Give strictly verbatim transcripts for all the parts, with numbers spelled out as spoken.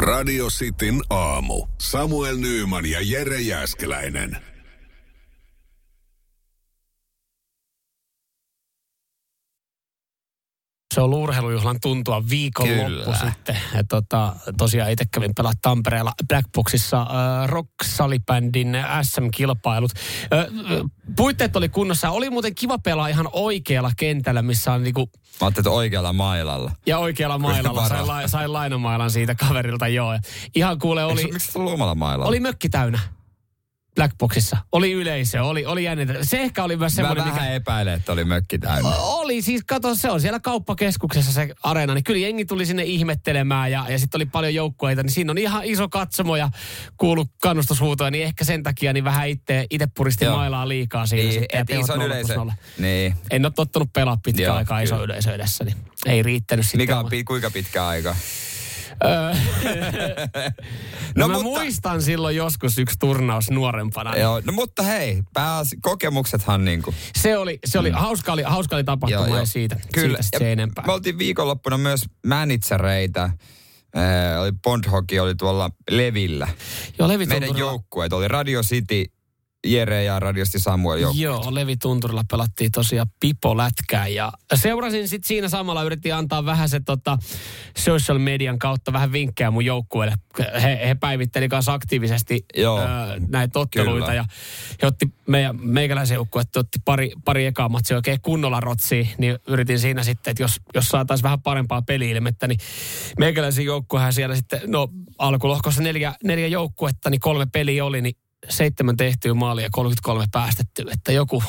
Radio Cityn aamu. Samuel Nyyman ja Jere Jääskeläinen. Se on urheilujuhlan tuntua viikonloppu sitten. Ja tota, tosiaan itse kävin pelaa Tampereella Blackboxissa äh, rock-salibändin äs äm-kilpailut. Äh, puitteet oli kunnossa. Oli muuten kiva pelaa ihan oikealla kentällä, missä on niinku... Mä ajattelin, että oikealla mailalla. Ja oikealla mailalla. Sain, la, sain lainamailan siitä kaverilta, joo. Ja ihan kuule oli... Eikö, miksi se oli omalla mailalla? Oli mökki täynnä. Blackboxissa. Oli yleisö, oli, oli jännitä. Se ehkä oli myös semmoinen, mikä... Mä vähän epäilen, että oli mökki täynnä. Oli, siis kato, se on siellä kauppakeskuksessa se areena, niin kyllä jengi tuli sinne ihmettelemään ja, ja sitten oli paljon joukkueita, niin siinä on ihan iso katsomo ja kuulu kannustushuutoja, niin ehkä sen takia niin vähän itse ite puristi Joo. mailaa liikaa siinä. Niin, että iso yleisö. Niin. En ole tottunut pelaa pitkään Joo, aikaa iso yleisö edessä, niin ei riittänyt sitten. Mikä on, kuinka pitkä aika? no, no mä mutta, muistan silloin joskus yksi turnaus nuorempana. Joo, no mutta hei, pääsi, kokemuksethan niinku. Se oli, se oli, mm. hauska oli, hauska oli tapahtuma joo, ja siitä, Kyllä. siitä se enempää. Me oltiin viikonloppuna myös managereita. Äh, oli Bond Hockey, oli tuolla Levillä. Joo, Levi meidän joukkueet oli Radio City, Jere ja radiosti Samuel joukkueet. Joo, Levi Tunturilla pelattiin tosiaan pipolätkää ja seurasin sitten siinä samalla, yritin antaa vähän se tota, social median kautta vähän vinkkejä mun joukkueelle. He, he päivitteli kanssa aktiivisesti Joo, ö, näitä otteluita kyllä. ja he otti meidän meikäläisen joukkueet, otti pari, pari ekaa matsia oikein kunnolla rotsiin, niin yritin siinä sitten, että jos, jos saataisiin vähän parempaa peli-ilmettä, niin meikäläisen joukkuehan siellä sitten, no alkulohkossa neljä, neljä joukkuetta, niin kolme peliä oli, niin seitsemän tehtyä maalia ja kolmekymmentäkolme päästettyä, että joku,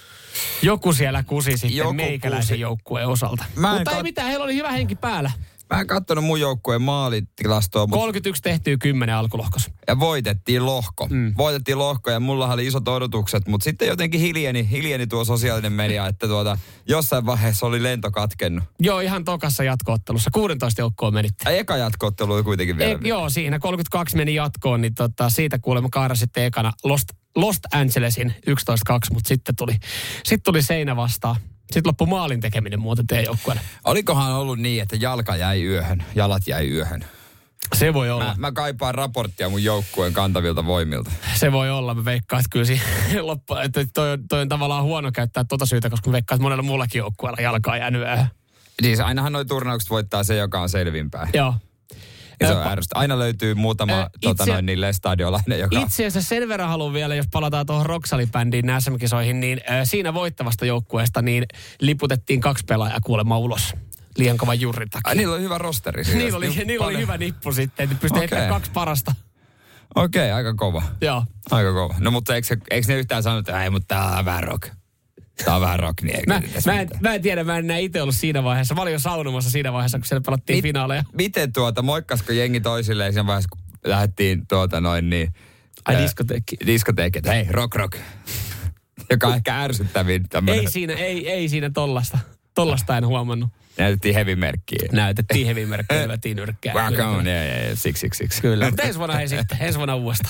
joku siellä kusi sitten joku meikäläisen kusi. Joukkueen osalta. Mä Mutta kat... ei mitään, heillä oli hyvä henki päällä. Mä en katsonut mun joukkueen maalitilastoa. Mutta... kolmekymmentäyksi tehtyä kymmenen alkulohkossa. Ja voitettiin lohko. Mm. Voitettiin lohko ja mulla oli isot odotukset, mutta sitten jotenkin hiljeni, hiljeni tuo sosiaalinen media, että tuota, jossain vaiheessa oli lento katkennut. Joo, ihan tokassa jatko-ottelussa. kuusitoista joukkoon menitte. Ai eka jatko-ottelu oli kuitenkin vielä. E, joo, siinä kolmekymmentäkaksi meni jatkoon, niin tota, siitä kuulemma kaarasitte ekana Lost, Lost Angelesin yksitoista kaksi, mutta sitten tuli, sitten tuli seinä vastaan. Sitten loppui maalin tekeminen muuten teidän joukkueelle. Olikohan ollut niin, että jalka jäi yöhön, jalat jäi yöhön? Se voi olla. Mä, mä kaipaan raporttia mun joukkueen kantavilta voimilta. Se voi olla. Mä veikkaan, että kyllä siinä loppu, että toi, toi on tavallaan huono käyttää tota syytä, koska mä veikkaan, että monella muullakin joukkueella jalka on jäänyt yöhön. Niin, ainahan noi turnaukset voittaa se, joka on selvinpäin. Joo. Ja se on ärsystä. Aina löytyy muutama äh, itse, tota noin niille stadiolainen, joka... Itse asiassa sen verran haluan vielä, jos palataan tuohon rock-salibändiin äs äm-kisoihin, niin äh, siinä voittavasta joukkueesta niin liputettiin kaksi pelaajaa kuulemma ulos. Liian kovan jurrin takia. Ai, niillä oli hyvä rosteri. niillä oli, niillä oli hyvä nippu sitten, että pystyi okay. heittämään kaksi parasta. Okei, okay, aika kova. Joo. Aika kova. No mutta eikö, eikö ne yhtään sanonut, että ei, mutta tää on vähän rock. Tää on vähän rock, niin mä, mä, en, mä en tiedä, mä en näe itse ollut siinä vaiheessa. Mä olin jo saunomassa siinä vaiheessa, kun siellä pelattiin Mit, finaaleja. Miten tuota, moikkasko jengi toisilleen siinä vaiheessa, kun lähdettiin tuota noin niin... Ai ää, diskoteekki. Diskoteekki, että hei, rock, rock. Joka on ehkä ärsyttävin tämmönen. Ei siinä, ei, ei siinä tollasta. Tollasta en huomannut. Näytettiin heavy-merkkiä. Näytettiin heavy-merkkiä, lyötiin nyrkkää. Rock on, joo, joo, siksi, siksi, siksi. Kyllä, mutta ensi vuonna hei sitten, ensi vuonna uudestaan.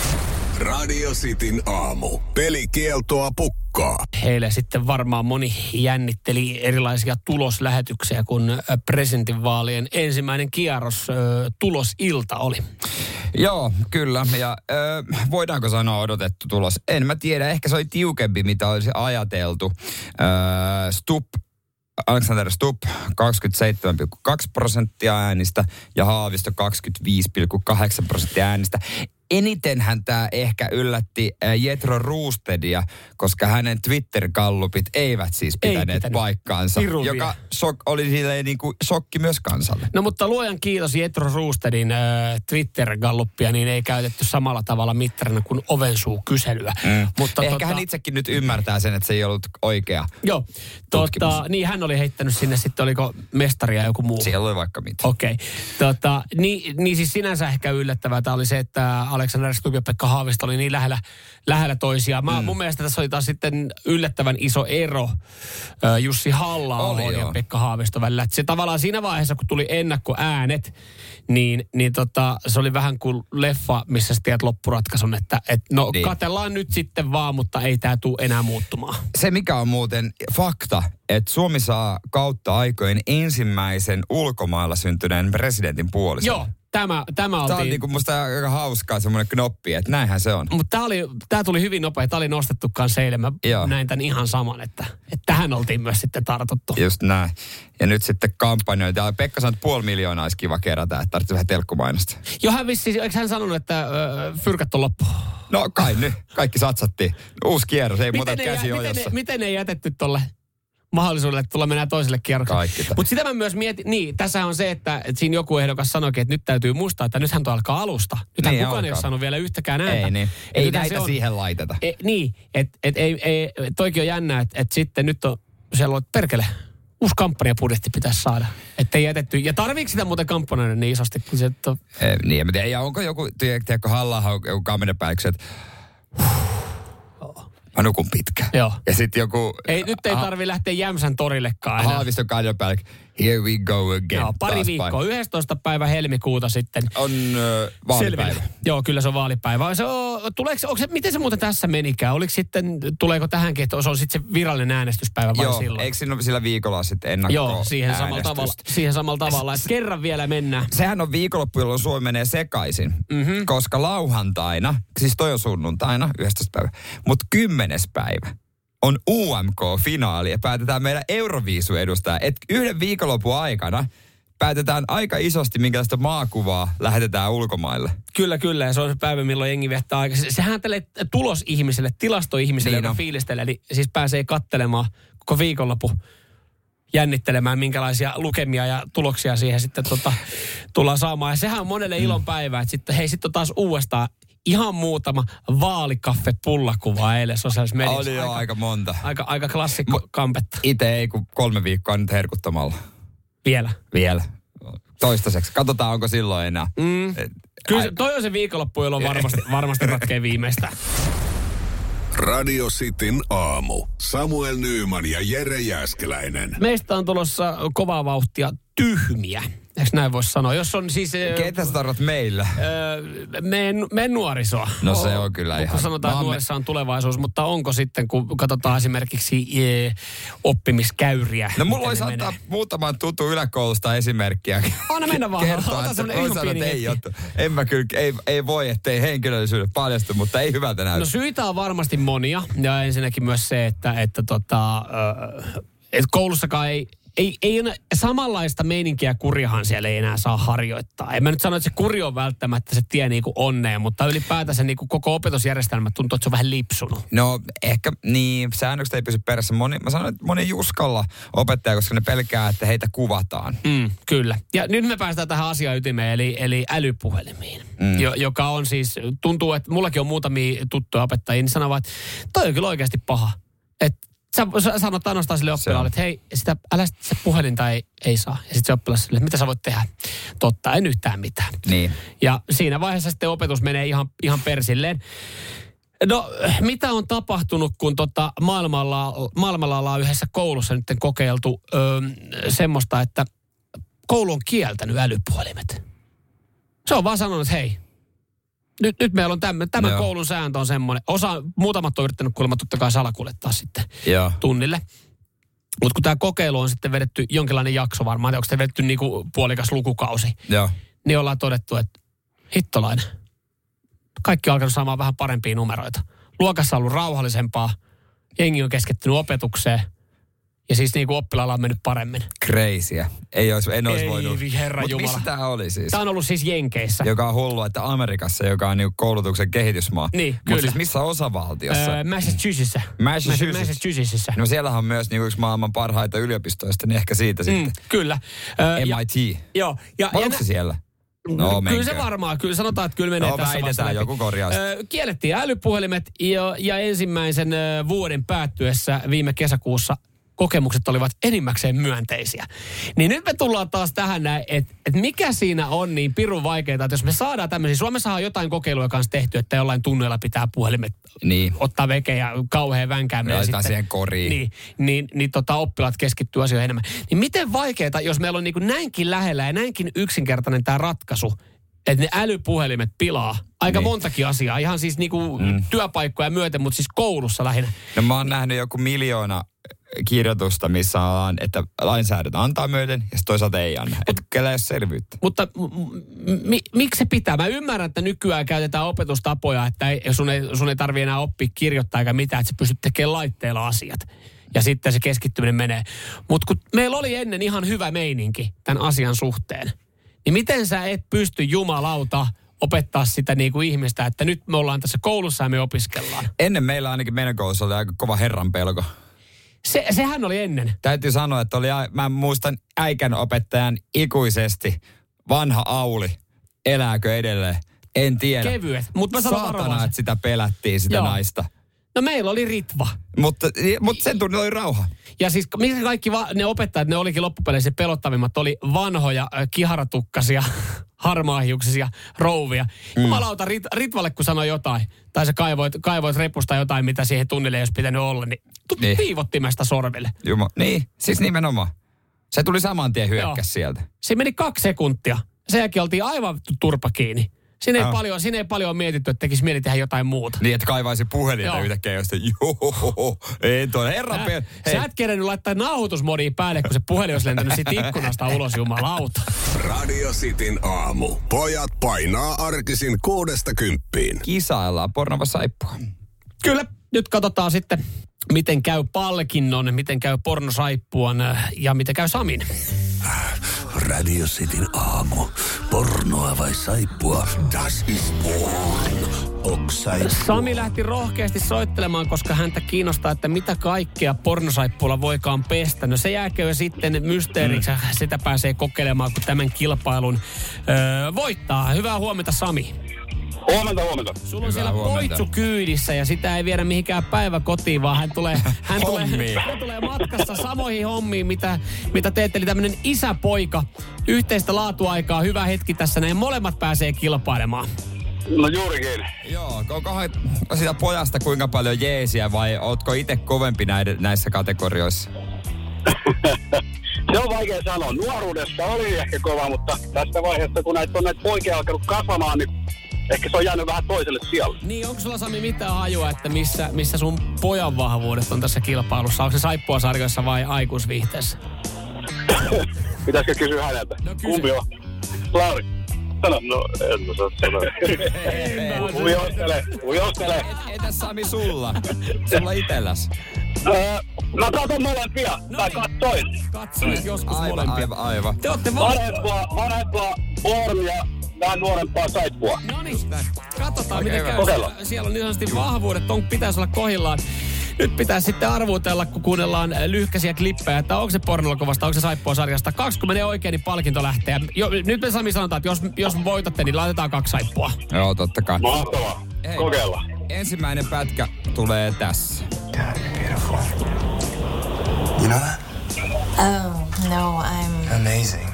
Radio Cityn aamu. Pelikieltoa pukkaa. Heille sitten varmaan moni jännitteli erilaisia tuloslähetyksiä, kun presidentinvaalien ensimmäinen kierros, tulosilta oli. Joo, kyllä. Ja ö, voidaanko sanoa odotettu tulos? En mä tiedä. Ehkä se oli tiukempi, mitä olisi ajateltu. Ö, Stubb, Alexander Stubb kaksikymmentäseitsemän pilkku kaksi prosenttia äänistä ja Haavisto kaksikymmentäviisi pilkku kahdeksan prosenttia äänistä. Enitenhän tämä ehkä yllätti Jethro Roostedtia, koska hänen Twitter-gallupit eivät siis pitäneet Ei pitänyt. paikkaansa, Piruvia. joka sok, oli silleen niin kuin shokki myös kansalle. No mutta luojan kiitos Jethro Roostedin äh, Twitter-galluppia, niin ei käytetty samalla tavalla mittarina kuin ovensuu-kyselyä. Mm. Mutta ehkä tota, hän itsekin nyt ymmärtää sen, että se ei ollut oikea Joo, tota, niin hän oli heittänyt sinne sitten, oliko mestaria joku muu? Siellä oli vaikka mitä. Okei, okay. tota, niin, niin siis sinänsä ehkä yllättävää tämä oli se, että Alexander Stubb ja Pekka Haavisto oli niin lähellä, lähellä toisiaan. Mä, mm. Mun mielestä tässä oli taas sitten yllättävän iso ero äh, Jussi Halla-ahon ja Pekka Haavisto välillä. Et se tavallaan siinä vaiheessa, kun tuli ennakkoäänet, niin, niin tota, se oli vähän kuin leffa, missä sä tiedät loppuratkaisun, että et no niin. Katellaan nyt sitten vaan, mutta ei tää tule enää muuttumaan. Se mikä on muuten fakta, että Suomi saa kautta aikojen ensimmäisen ulkomailla syntyneen presidentin puolison. Joo. tämä, tämä Tämä oltiin... on niinku musta aika hauskaa semmoinen knoppi, että näinhän se on. Mutta tämä, tämä tuli hyvin nopea. Tämä oli nostettu kanssa eilen. Mä Joo. näin tämän ihan saman, että, että tähän oltiin myös sitten tartuttu. Just näin. Ja nyt sitten kampanjoita. Pekka sanoi, että puoli miljoonaa olisi kiva kerätä, että tarvitsisi vähän telkkumainosta. Jo hän vissi, eikö hän sanonut, että ö, fyrkat on loppu? No kai nyt. Kaikki satsattiin. Uusi kierros, ei muuta Miten, käsi ei, miten, ojossa. ei, miten ei jätetty tolle mahdollisuudelle, että tulla mennään toiselle kierrokselle? Mutta sitä mä myös mietin, niin, tässä on se, että, että siinä joku ehdokas sanoikin, että nyt täytyy muistaa, että nythän tuo alkaa alusta. Nythän niin, kukaan alkaa. Ei ole saanut vielä yhtäkään ääntä. Ei niin. Ja Ei näitä on, siihen laiteta. E, niin, että et, ei, ei, toikin on jännä, että et sitten nyt on siellä on, että perkele, uusi kampanjapudjetti pitäisi saada. Että ei jätetty. Ja tarviiko sitä muuten kampanjoida niin isosti? Kun se, että on... Ei, niin, en tiedä. Ja onko joku, tiedätkö, Halla-aho, joku kampanjapäällikkö, että mä nukun pitkään. Joo. Ja sitten joku... Ei, nyt ei tarvi lähteä Jämsän torillekaan enää. Haaviston kampanjapäällikkö, here we go again. Joo, pari Taas viikkoa. päin. yhdestoista päivä helmikuuta sitten. On äh, vaalipäivä. Selville. Joo, kyllä se on vaalipäivä. Se on, tuleeko, onko se, miten se muuten tässä menikään? Oliko sitten, tuleeko tähänkin, että se on sitten se virallinen äänestyspäivä vai Joo, silloin? eikö siinä ole sillä viikolla sitten ennakko Joo, siihen samalla tavalla, siihen samalla tavalla, että kerran vielä mennään. Sehän on viikonloppu, jolloin Suomi menee sekaisin, mm-hmm. koska lauantaina, siis toi on sunnuntaina, yhdestoista päivä, mutta kymmenes päivä on U M K-finaali ja päätetään meidän Euroviisu-edustaja. Et yhden viikonlopun aikana päätetään aika isosti, minkälaista maakuvaa lähetetään ulkomaille. Kyllä, kyllä. Ja se on se päivä, milloin jengi viettää aikaa. Se, sehän tälle tulosihmiselle, tilastoihmiselle, niin joka fiilistelee, eli siis pääsee kattelemaan koko viikonloppu, jännittelemään, minkälaisia lukemia ja tuloksia siihen sitten tota, tullaan saamaan. Ja sehän on monelle ilon päivä, että sitten hei, sitten on taas uudestaan ihan muutama vaalikaffe-pullakuva eilen sosiaalisessa mediassa. Oli jo aika, aika monta. Aika, aika klassikko M- kampetta. Itse ei, kun kolme viikkoa nyt herkuttamalla. Vielä. Vielä. Toistaiseksi. Katsotaan, onko silloin enää. Mm. Et, Kyllä se, toi on se viikonloppu, jolloin varmasti, varmasti ratkee viimeistään. Radio Cityn aamu. Samuel Nyyman ja Jere Jääskeläinen. Meistä on tulossa kovaa vauhtia tyhmiä. Eikö näin voisi sanoa? Jos on siis... Ketä sä tarvitset meillä? Öö, meidän, meidän nuorisoa. No se on kyllä ihan... Kun sanotaan, että Maamme... nuorissa on tulevaisuus, mutta onko sitten, kun katsotaan esimerkiksi ee, oppimiskäyriä? No mulla olisi antaa muutaman tutun yläkoulusta esimerkkiä. Anna mennä vaan. Kertoa, Ota että semmoinen ihan sanoa, pieni että ei, hetki. en mä kyllä, ei, ei voi, ettei henkilöllisyyden paljastu, mutta ei hyvältä näytä. No syitä on varmasti monia. Ja ensinnäkin myös se, että, että, tota, että koulussakaan ei... Ei, ei enää, samanlaista meininkiä kuriahan siellä ei enää saa harjoittaa. En mä nyt sano, että se kuri on välttämättä se tie niin kuin onneen, mutta ylipäätänsä niin kuin koko opetusjärjestelmä tuntuu, että se on vähän lipsunut. No ehkä niin, säännökset ei pysy perässä. Moni, mä sanon, että moni Juskalla opettaja, koska ne pelkää, että heitä kuvataan. Mm, kyllä. Ja nyt me päästään tähän asian ytimeen, eli, eli älypuhelimiin, mm. jo, joka on siis, tuntuu, että mullakin on muutamia tuttuja opettajia, niin sanovat, että toi on kyllä oikeasti paha. Että Sä, sä sanot ainoastaan sille oppilaalle, että hei, sitä, älä se puhelinta ei, ei saa. Ja sitten se oppilas sille, että mitä sä voit tehdä? Totta, en yhtään mitään. Niin. Ja siinä vaiheessa sitten opetus menee ihan, ihan persilleen. No, mitä on tapahtunut, kun tota maailmalla, maailmalla ollaan yhdessä koulussa nyt kokeiltu öö, semmoista, että koulu on kieltänyt älypuhelimet. Se on vaan sanonut, että hei, Nyt, nyt meillä on tämän, tämän Joo. koulun sääntö on semmoinen. Osa, muutamat on yrittänyt kuulemma totta kai salakuljettaa sitten Joo. tunnille. Mutta kun tämä kokeilu on sitten vedetty jonkinlainen jakso varmaan, onko se vedetty niinku puolikas lukukausi, Joo. niin ollaan todettu, että hittolainen. Kaikki on alkanut saamaan vähän parempia numeroita. Luokassa on ollut rauhallisempaa, jengi on keskittynyt opetukseen ja siis niinku oppilailla on mennyt paremmin. Crazyä. Ei olisi, en olisi Ei, voinut. herra Mutta jumala. missä tämä oli siis? Tämä on ollut siis Jenkeissä. Joka on hullu, että Amerikassa, joka on niinku koulutuksen kehitysmaa. Niin, Mutta kyllä. siis missä osavaltiossa? Öö, Massachusettsissa. Massachusetts. Massachusettsissa. No siellähän on myös niinku yksi maailman parhaita yliopistoista, niin ehkä siitä Mm, sitten. kyllä. Öö, M ja, I T. joo. Ja, Vai ja onko se nä- siellä? No, No, kyllä menkää. se varmaan, kyllä sanotaan, että kyllä menee No, tässä väitetään, vasta läpi. joku korjaa sitä. Öö, kiellettiin älypuhelimet ja, ja ensimmäisen ö, vuoden päättyessä viime kesäkuussa kokemukset olivat enimmäkseen myönteisiä. Niin nyt me tullaan taas tähän näin, että et mikä siinä on niin pirun vaikeaa, että jos me saadaan tämmöisiä, Suomessa on jotain kokeiluja kanssa tehty, että jollain tunneilla pitää puhelimet Niin. ottaa veke ja kauhean vänkääminen. Laitetaan siihen koriin. Niin, niin, niin tota, oppilaat keskittyy asioihin enemmän. Niin miten vaikeaa, jos meillä on niin kuin näinkin lähellä ja näinkin yksinkertainen tämä ratkaisu, että ne älypuhelimet pilaa aika Niin. montakin asiaa. Ihan siis niinku mm. työpaikkoja myöten, mutta siis koulussa lähinnä. No mä oon nähnyt joku miljoona kirjoitusta, missä on, että lainsäädäntö antaa myöden ja toisaalta ei anna. Että kellä ei ole selvyyttä. Mutta m- mi- miksi se pitää? Mä ymmärrän, että nykyään käytetään opetustapoja, että ei, sun, ei, sun ei tarvitse enää oppia kirjoittaa eikä mitään, että sä pystyt tekemään laitteella asiat. Ja sitten se keskittyminen menee. Mutta kun meillä oli ennen ihan hyvä meininki tämän asian suhteen, niin miten sä et pysty jumalauta opettaa sitä niin kuin ihmistä, että nyt me ollaan tässä koulussa ja me opiskellaan? Ennen meillä ainakin meidän koulussa oli aika kova herran pelko. Se, sehän oli ennen. Täytyy sanoa, että oli, mä muistan äikän opettajan ikuisesti vanha Auli. Elääkö edelleen? En tiedä. Kevyet, mutta mä sanon Saatana, että sitä pelättiin, sitä Joo. naista. No meillä oli Ritva. Mutta, mutta sen tunnin oli rauha. Ja siis miksi kaikki va- ne opettajat, ne olikin loppupeleissä pelottavimmat, oli vanhoja, äh, kiharatukkasia, harmaahiuksisia rouvia. Mm. Jumalauta, Rit- Ritvalle kun sanoi jotain, tai sä kaivoit, kaivoit repusta jotain, mitä siihen tunnille ei olisi pitänyt olla, niin tut niin. viivottimesta sorville. Juma. Niin, siis nimenomaan. Se tuli saman tien hyökkäs sieltä. Se meni kaksi sekuntia. Sen jälkeen oltiin aivan turpa kiinni. Siinä ei, no. paljon, siinä ei paljon mietitty, että tekisi mieli tehdä jotain muuta. Niin, että kaivaisi puhelinta yhtäkkiä, josta joo, ei tuo herran pe- Sä et kerennyt laittaa nauhoitusmodiin päälle, kun se puhelin olisi lentänyt siitä ikkunasta ulos, jumalauta. Radio Cityn aamu. Pojat painaa arkisin kuudesta kymppiin. Kisaillaan pornova saippua. Kyllä, nyt katsotaan sitten, miten käy palkinnon, miten käy pornosaippuan ja miten käy Samin. Radio Cityn aamu. Pornoa vai saippua? Das ist porn. Oksai. Sami lähti rohkeasti soittelemaan, koska häntä kiinnostaa, että mitä kaikkea pornosaippuilla voikaan pestä. No se jääkö sitten mysteeriksi. Mm. Sitä pääsee kokeilemaan, kun tämän kilpailun öö, voittaa. Hyvää huomenta, Sami. Huomenta, huomenta. Sulla on Hyvää siellä huomenta. poitsu kyydissä ja sitä ei viedä mihinkään päiväkotiin, vaan hän tulee, hän tulee, hän tulee matkassa samoihin hommiin, mitä, mitä teette. Eli tämmöinen isäpoika, yhteistä laatuaikaa, hyvä hetki tässä, näin molemmat pääsee kilpailemaan. No juurikin. Joo, onkohan sitä pojasta kuinka paljon jeesiä vai ootko itse kovempi näiden, näissä kategorioissa? Se on vaikea sanoa. Nuoruudessa oli ehkä kova, mutta tässä vaiheessa, kun näitä on näitä poikia alkanut kasvamaan, niin ehkä se on jäänyt vähän toiselle sijalle. Niin, onko sulla, Sami, mitään hajua, että missä, missä sun pojan vahvuudet on tässä kilpailussa? Onko se saippua sarjoissa vai aikuisviihteessä? Pitäisikö kysyä häneltä? No kysy. Kumpi on? Lauri. Sano, no en mä saa sanoa. Ujostele, ujostele. Entäs Sami sulla? Sulla itelläs? Öö, mä katon molempia. No tai niin. katsoin. Katsoin joskus Aivan, molempia. aivan, aivan. Te ootte vaan... Vanhempaa, vanhempaa pornia, vähän nuorempaa saippua. No niin, katsotaan Okei, miten hyvä. käy. Kokeillaan. Siellä on niin sanotusti vahvuudet, on, pitäisi olla kohillaan. Nyt pitää sitten arvuutella, kun kuunnellaan lyhkäisiä klippejä, että onko se pornolokovasta, onko se saippua sarjasta. Kaksi, kun menee oikein, niin palkinto lähtee. Jo, nyt me Sami sanotaan, että jos, jos voitatte, niin laitetaan kaksi saippua. Joo, totta kai. Mahtavaa. Hei. Kokeillaan. Ensimmäinen pätkä tulee tässä. Beautiful. You know that? Oh, no, I'm... Amazing.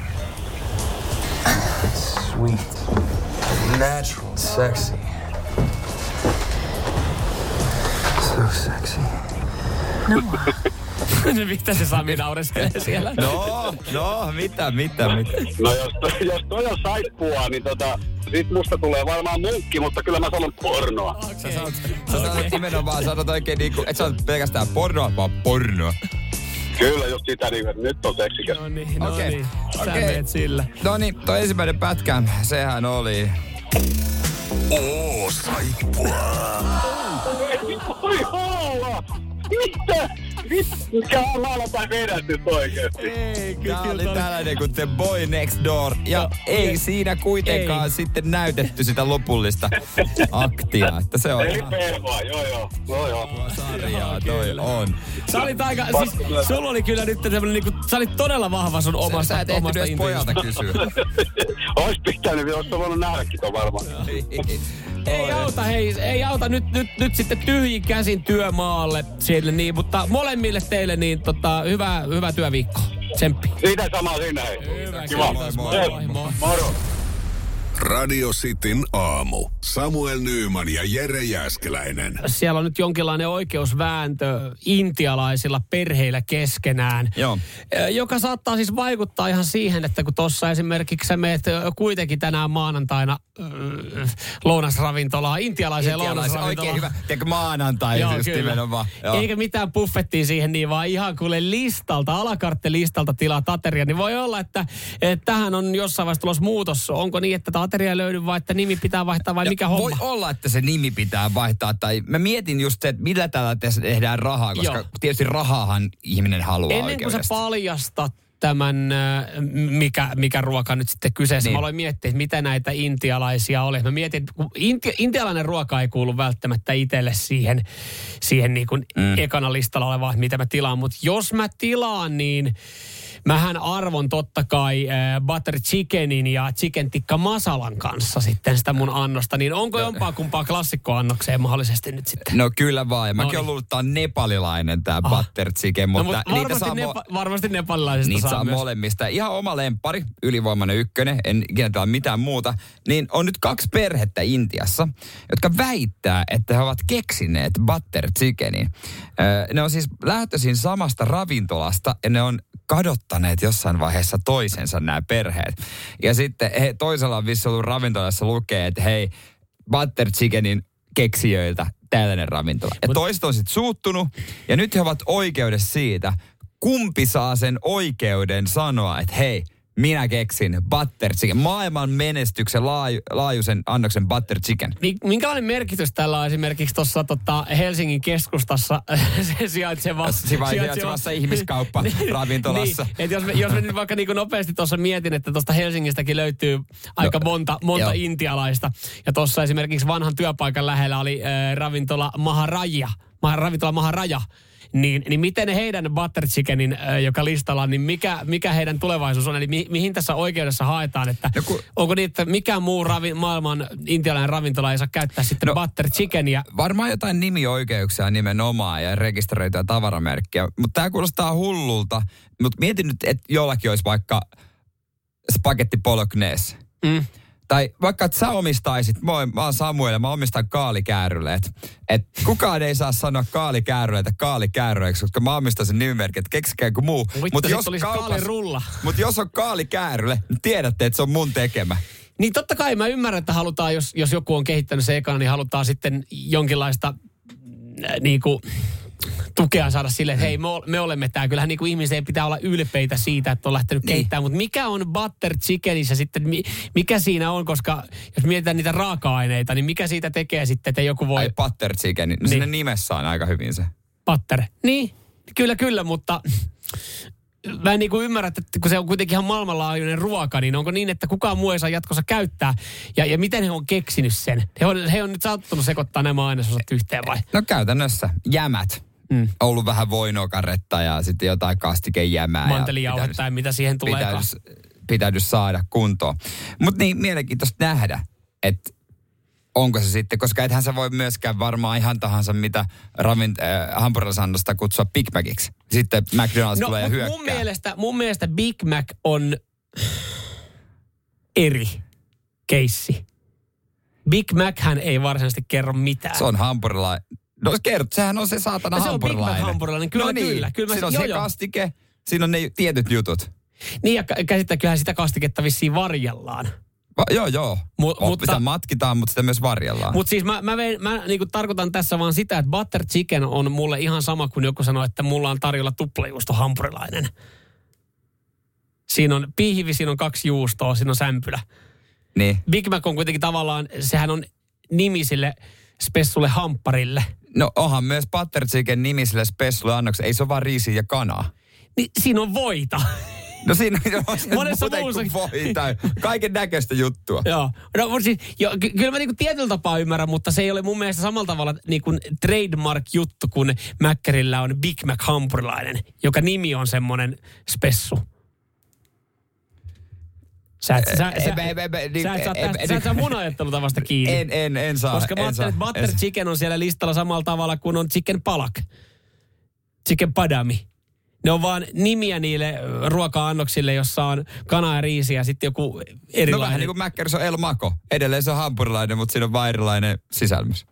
Sweet. Natural. Sexy. So sexy. No. Mitä se Sami naureskelee siellä? No, no, mitä, mitä, mitä. No jos, toi- jos toi on saippua, niin tota, sit musta tulee varmaan munkki, mutta kyllä mä sanon pornoa. Sä sanot, sä sanot nimenomaan, sanot oikein niinku, et sä sanot pelkästään pornoa, vaan pornoa. Kyllä, just sitä niin, että nyt on seksikäs. No niin, no Okei. niin. Sä Okei. meet sillä. No niin, toi ensimmäinen pätkä, sehän oli... Oo, saippua. Oi haala! Mitä? Mikä on lauantai vedätys oikeesti? Ei, Tää oli kyllä tällainen kuin The Boy Next Door. Ja No, ei ei. siinä kuitenkaan Ei. sitten näytetty sitä lopullista aktia. Että se on Eli ihan pervaa, joo joo. Joo joo. sarjaa, toi Kyllä. on. Sä olit aika, siis sulla oli kyllä nyt semmonen niinku, sä olit todella vahva sun omasta, Sä et ehtinyt omasta edes pojalta kysyä. Ois pitänyt, ois voinut nähdäkin ton varmaan. Ei auta, hei, ei auta nyt, nyt, nyt sitten tyhjin käsin työmaalle sille niin, mutta molemmille teille niin tota, hyvää, hyvää työviikkoa. Tsemppi. Siitä samaa sinne, hei. Hyvä, Kiva. kiitos, moi, moi, moi. Moro. Radio Cityn aamu. Samuel Nyyman ja Jere Jääskeläinen. Siellä on nyt jonkinlainen oikeusvääntö intialaisilla perheillä keskenään, Joo. joka saattaa siis vaikuttaa ihan siihen, että kun tuossa esimerkiksi sä meet kuitenkin tänään maanantaina äh, lounasravintolaan, intialaiseen lounasravintolaan. Oikein hyvä. Tiedätkö maanantai Joo, just kyllä. nimenomaan. Joo. Eikä mitään buffettia siihen niin, vaan ihan kuule listalta, alakarttelistalta tilaa ateria, niin voi olla, että, että tähän on jossain vaiheessa tulossa muutos. Onko niin, että ateria ei löydy vai että nimi pitää vaihtaa vai mikä homma? Voi olla, että se nimi pitää vaihtaa. Tai mä mietin just se, että millä tällä tehdään rahaa, koska Joo. tietysti rahaahan ihminen haluaa Ennen kuin sä oikeudesta. paljastat tämän, äh, mikä, mikä ruoka nyt sitten kyseessä, Niin. mä aloin miettiä, että mitä näitä intialaisia oli. Mä mietin, että inti, intialainen ruoka ei kuulu välttämättä itselle siihen, siihen niin kuin mm. ekana listalla olevaan, mitä mä tilaan. Mutta jos mä tilaan, niin mähän arvon totta kai äh, butter chickenin ja chicken tikka masalan kanssa sitten sitä mun annosta. Niin onko jompaa kumpaa klassikkoannokseen mahdollisesti nyt sitten? No kyllä vaan. Ja mäkin Noniin. olen luullut, että tämä on nepalilainen tämä Ah. butter chicken, No, mutta mutta niitä varmasti, saa, mo- nepa, varmasti nepalilaisista niitä saa, saa myös. molemmista. Ihan oma lempari, ylivoimainen ykkönen, en ikinä tiedä mitään muuta. Niin on nyt kaksi perhettä Intiassa, jotka väittää, että he ovat keksineet butter chickenin. Öö, ne on siis lähtöisin samasta ravintolasta ja ne on kadottaneet jossain vaiheessa toisensa nämä perheet. Ja sitten he, toisella on vissi ollut ravintolassa lukee, että hei, butter chickenin keksijöiltä tällainen ravintola. Ja Mut, toiset on sitten suuttunut ja nyt he ovat oikeudessa siitä, kumpi saa sen oikeuden sanoa, että hei, minä keksin butter chicken, maailman menestyksen laaju, laajuisen annoksen butter chicken. mi- minkälainen merkitys tällä on esimerkiksi tuossa tota, Helsingin keskustassa se sijaitseva... Sijaitsevassa ihmiskauppa-ravintolassa. Niin, että jos me, jos me nyt vaikka niin kuin nopeasti tuossa mietin, että tuosta Helsingistäkin löytyy aika No, monta, monta joo. intialaista. Ja tuossa esimerkiksi vanhan työpaikan lähellä oli äh, ravintola Maharaja, Mah- ravintola Maharaja. Niin, niin miten heidän butter chickenin, äh, joka listalla on, niin mikä, mikä heidän tulevaisuus on? Eli mi, mihin tässä oikeudessa haetaan? Että No kun- onko niin, että mikään muu ravi, maailman intialainen ravintola ei saa käyttää sitten No, butter chickenia? Varmaan jotain nimioikeuksia nimenomaan ja rekisteröityä tavaramerkkiä. Mutta tämä kuulostaa hullulta. Mutta mietin nyt, että jollakin olisi vaikka spagetti bolognese. Mm. Tai vaikka, että sä omistaisit, moi, mä oon Samuel ja mä omistan kaalikääryleet. Että kukaan ei saa sanoa kaalikääryleitä kaalikääryleiksi, koska mä omistan sen nimimerkin, että keksikää kuin muu. Vittu, Mutta sit jos, olisi kaupas- kaalirulla. mut jos on kaalikäärylle, niin tiedätte, että se on mun tekemä. Niin totta kai mä ymmärrän, että halutaan, jos, jos joku on kehittänyt se ekana, niin halutaan sitten jonkinlaista äh, niin kuin, tukea saada sille, että hei, me, me olemme tää. Kyllähän niin kuin ihmisen pitää olla ylpeitä siitä, että on lähtenyt Niin. kehittämään. Mutta mikä on butter chickenissä sitten, mi, mikä siinä on, koska jos mietitään niitä raaka-aineita, niin mikä siitä tekee sitten, että joku voi... Ai butter chicken, no Niin. siinä nimessä on aika hyvin se. Butter. Niin, kyllä, kyllä, mutta mä en niin kuin ymmärrä, että kun se on kuitenkin ihan maailmanlaajuinen ruoka, niin onko niin, että kukaan muu ei saa jatkossa käyttää? Ja, ja miten he on keksinyt sen? He on, he on nyt saattanut sekoittaa nämä ainesosat yhteen vai? No käytännössä jämät. Mm. Ollut vähän voinokaretta ja sitten jotain kastikejämää. Mantelijauhetta tai mitä siihen tulee. Pitäisi, pitäisi saada kuntoon. Mutta niin mielenkiintoista nähdä, että onko se sitten, koska ethän sä voi myöskään varmaan ihan tahansa mitä ravint, äh, hampurilasannosta kutsua Big Maciksi. Sitten McDonald's No, tulee ja mut hyökkää. mun mielestä, mun mielestä Big Mac on eri keissi. Big Machän ei varsinaisesti kerro mitään. Se on hampurilainen. No kerrot, sehän on se saatana No se on Big hampurilainen. Mac hampurilainen, kyllä, no niin, kyllä, kyllä mä- siinä on joo, se joo. kastike, siinä on ne tietyt jutut. Niin ja kä- käsittääköhän sitä kastiketta vissiin varjellaan. Va, joo, joo. Mu- O, mutta- sitä matkitaan, mutta sitä myös varjellaan. Mutta siis mä, mä, vein, mä niinku tarkoitan tässä vaan sitä, että butter chicken on mulle ihan sama kuin joku sanoo, että mulla on tarjolla tuplajuusto hampurilainen. Siinä on pihvi, siinä on kaksi juustoa, siinä on sämpylä. Niin. Big Mac on kuitenkin tavallaan, sehän on nimi sille spessulle hampparille. No onhan myös butter chicken nimiselle spessulle annoksi. Ei se ole vaan riisiä ja kanaa. Niin siinä on voita. No siinä on se Monessa muuten muussa- kuin voi tai kaiken näköistä juttua. Joo. No mutta siis, jo, ky- kyllä mä niinku tietyllä tapaa ymmärrän, mutta se ei ole mun mielestä samalla tavalla niinku trademark-juttu, kun Mäkkärillä on Big Mac hampurilainen, joka nimi on semmoinen spessu. Sä et, sä, sä, Ei, ei, ei, ei, niin, sä et saa, ei, tästä, ei, sä et saa mun ajattelutavasta kiinni. En, en, en saa. Koska mä en saa, ajattelen, että butter en saa. chicken on siellä listalla samalla tavalla kuin on chicken palak. Chicken padami. Ne on vaan nimiä niille ruoka-annoksille, jossa on kana ja riisi ja sitten joku erilainen. No vähän niin kuin Mäkkäris on El Mako. Edelleen se on hampurilainen, mutta siinä on vaan erilainen sisälmys.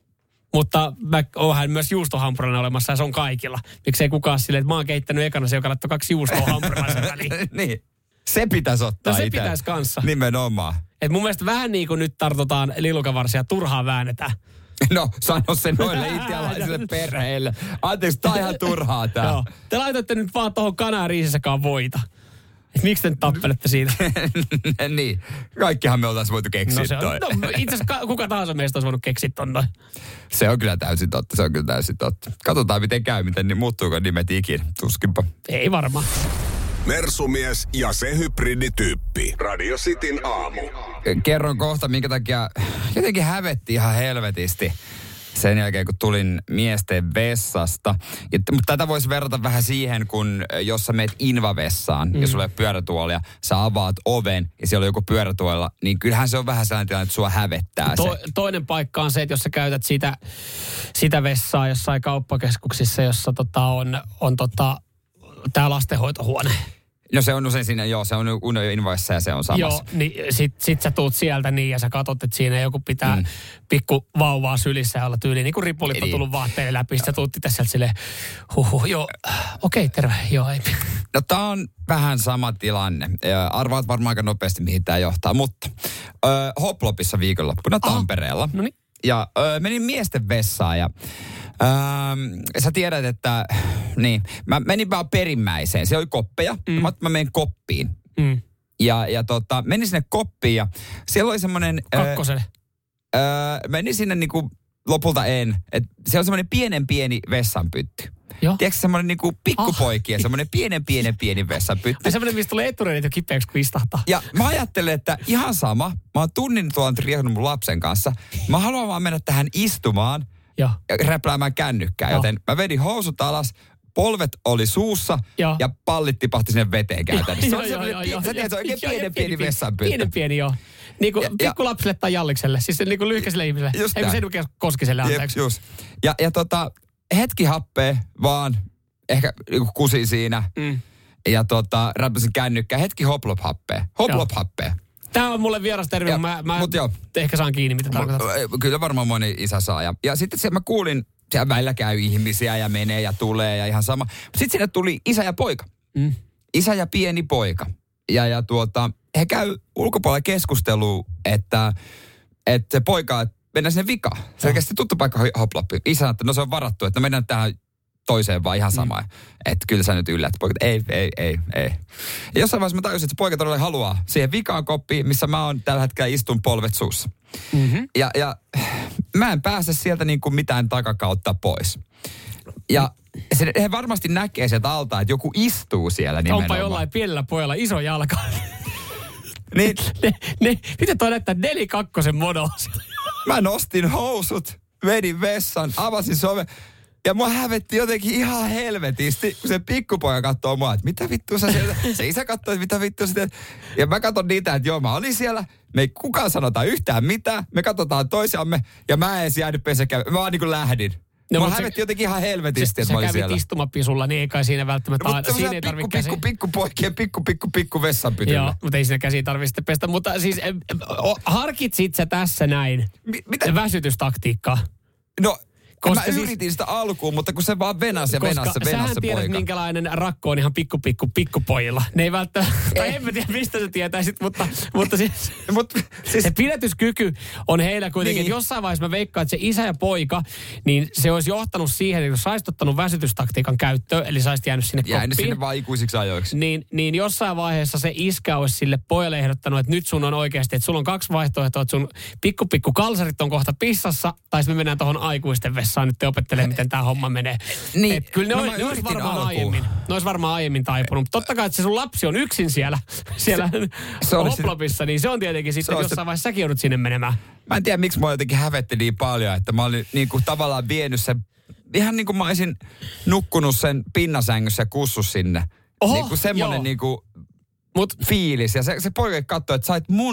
Mutta onhan myös juustohampurilainen olemassa ja se on kaikilla. Miksei kukaan silleen, että mä oon keittänyt ekana se, joka laittoi kaksi juustoa hampurilaisen väliin. Niin. Se pitäisi ottaa No se ite. pitäisi kanssa. Nimenomaan. Et mun mielestä vähän niin kuin nyt tartutaan lilukavarsia, turhaan väännetään. No, sano se noille itialaisille perheille. Anteeksi, tää on ihan turhaa tää. Joo. Te laitatte nyt vaan tohon kana ja riisissäkaan voita. Et miksi te nyt tappelette siitä? Niin. Kaikkihan me oltaisiin voitu keksiä No se on, toi. no, itse asiassa kuka tahansa meistä olisi voinut keksiä ton noin. Se on kyllä täysin totta, se on kyllä täysin totta. Katsotaan miten käy, miten niin muuttuuko nimet ikinä. Tuskinpa. Ei varmaan. Mersumies ja se hybridityyppi. Radio Cityn aamu. Kerron kohta, minkä takia jotenkin hävetti ihan helvetisti sen jälkeen, kun tulin miesten vessasta. Ja, mutta tätä voisi verrata vähän siihen, kun jos sä meet invavessaan, mm. jos sulla ei ole pyörätuolia, sä avaat oven ja siellä on joku pyörätuolilla, niin kyllähän se on vähän sellainen tilanne, että sua hävettää To, se. Toinen paikka on se, että jos sä käytät sitä, sitä vessaa jossain kauppakeskuksissa, jossa tota on, on tota, tää lastenhoitohuone. No se on usein siinä, joo, se on usein invavessa ja se on samassa. Joo, niin sit, sit sä tuut sieltä niin ja sä katot, että siinä joku pitää mm. pikku vauvaa sylissä ja olla tyyli, niin kuin ripulit on tullut vaatteille läpi. Sitten sä tuut itse sieltä silleen, huhuh, joo, okei, okay, terve, joo, ei. No tää on vähän sama tilanne. Arvaat varmaan aika nopeasti, mihin tää johtaa, mutta ö, Hoplopissa viikonloppuna Tampereella. No niin. Ja ö, menin miesten vessaan ja Ähm, sä tiedät, että niin, mä menin vaan perimmäiseen. Se oli koppeja. Mm. Mä, mä menin koppiin. Mm. Ja, ja tota, menin sinne koppiin ja siellä oli semmoinen... Kakkoselle. Öö, menin sinne niinku, lopulta en. Et siellä on semmoinen pienen pieni vessanpytty. Joo. Tiedätkö semmoinen niinku pikkupoikia, oh. semmoinen pienen pienen pieni vessanpytty. Ja semmoinen, mistä tulee etureidet jo kipeäksi, kun istahtaa. Ja mä ajattelen, että ihan sama. Mä oon tunnin tuolla triehunut mun lapsen kanssa. Mä haluan vaan mennä tähän istumaan. Joo. Ja räpläämään kännykkää, Joo. joten mä vedin housut alas, polvet oli suussa Joo. ja pallit tipahti sinne veteen käytännössä. Se on Joo, joo, semmoinen, joo, sä tiedät, se on oikein joo, pienen joo, pieni vessanpytty. Pienen pieni, joo. Niin kuin Ja- ja- pikkulapselle tai jallikselle, siis niin kuin lyhkäiselle ihmiselle. Just Ei kun näin. sen koskiselle, Jep, anteeksi. just. Ja, ja tota, hetki happea vaan, ehkä niinku kusi siinä. Mm. Ja tota, räppäsin kännykkää, hetki hoplop happea. Hoplop happea. Tämä on mulle vieras termi, Ja, mä, mä mut joo. ehkä saan kiinni, mitä tarkoitat. Kyllä varmaan moni isä saa. Ja, ja sitten se, mä kuulin, siellä välillä käy ihmisiä ja menee ja tulee ja ihan sama. Sitten sinne tuli isä ja poika. Mm. Isä ja pieni poika. Ja, ja tuota, he käy ulkopuolella keskustelua, että, että se poika, että mennään sinne vikaan. Selkeästi tuttu paikka hoploppi. Isä sanoi, että no se on varattu, että mennään tähän toiseen vaan ihan samaan. Mm. Että kyllä sä nyt yllät. Poika, ei, ei, ei, ei. Ja jossain vaiheessa mä tajusin, että se poika todella haluaa siihen vikaan koppiin, missä mä oon tällä hetkellä istun polvet suussa. Mm-hmm. Ja, ja mä en pääse sieltä niin kuin mitään takakautta pois. Ja se, he varmasti näkee sieltä alta, että joku istuu siellä nimenomaan. Onpa jollain pienellä pojalla iso jalka. Niin, ne, ne, miten toi näyttää nelikakkosen modo? mä nostin housut, vedin vessan, avasin soven. Ja mua hävetti jotenkin ihan helvetisti, kun se pikkupoika katsoo mua, että mitä vittua sä sieltä. Se isä katsoo, että mitä vittua sä teet. Ja mä katson niitä, että joo, mä olin siellä. Me ei kukaan sanota yhtään mitään. Me katsotaan toisiamme ja mä en edes jäänyt pesäkään. Mä vaan niin kuin lähdin. No, mua mutta hävetti se- jotenkin ihan helvetisti, Se, että sä mä olin kävit siellä. istumapisulla, niin ei kai siinä välttämättä... No, aina- mutta siinä ei pikku, tarvitse pikku, käsiä. pikku, pikku poikien, pikku, pikku, pikku vessanpytyllä. Joo, mutta ei siinä käsiä tarvitse sitten pestä. Mutta siis em, em, o- harkitsit sä tässä näin Mi- mitä? väsytystaktiikkaa? No, Koska mä siis- yritin sitä alkuun, mutta kun se vaan venas ja venas Koska ja venas sähän se tiedät, poika. minkälainen rakko on ihan pikku, pikku, pikkupojilla. Ne ei välttämättä, tai en mä tiedä, mistä sä tietäisit, mutta, mutta siis, Mut, siis, se pidätyskyky on heillä kuitenkin. Niin. Niin. Jossain vaiheessa mä veikkaan, että se isä ja poika, niin se olisi johtanut siihen, että jos sä olisit ottanut väsytystaktiikan käyttöön, eli sä olisit jäänyt sinne jäänyt koppiin. sinne vaan ikuisiksi ajoiksi. Niin, niin jossain vaiheessa se iskä olisi sille pojalle ehdottanut, että nyt sun on oikeasti, että sulla on kaksi vaihtoehtoa, että sun pikku pikku kalsarit on kohta pissassa, tai sitten me mennään tuohon aikuisten vessaan nyt te opettelee, miten tämä homma menee. Niin. Et kyllä ne, No no, mä ne olisi yritin varmaan alkuun. aiemmin, ne olisi varmaan aiemmin taipunut. Mutta totta kai, että se sun lapsi on yksin siellä, siellä se olisi- hoplopissa, niin se on tietenkin sitten, olisi- jossain vaiheessa säkin joudut sinne menemään. Mä en tiedä, miksi mua jotenkin hävetti niin paljon, että mä olin niin kuin tavallaan vienyt sen, ihan niin kuin mä olisin nukkunut sen pinnasängyssä ja kussus sinne. Oho, niin kuin semmoinen joo. niin kuin Mut fiilis. Ja se, se poika katsoi, että sait mun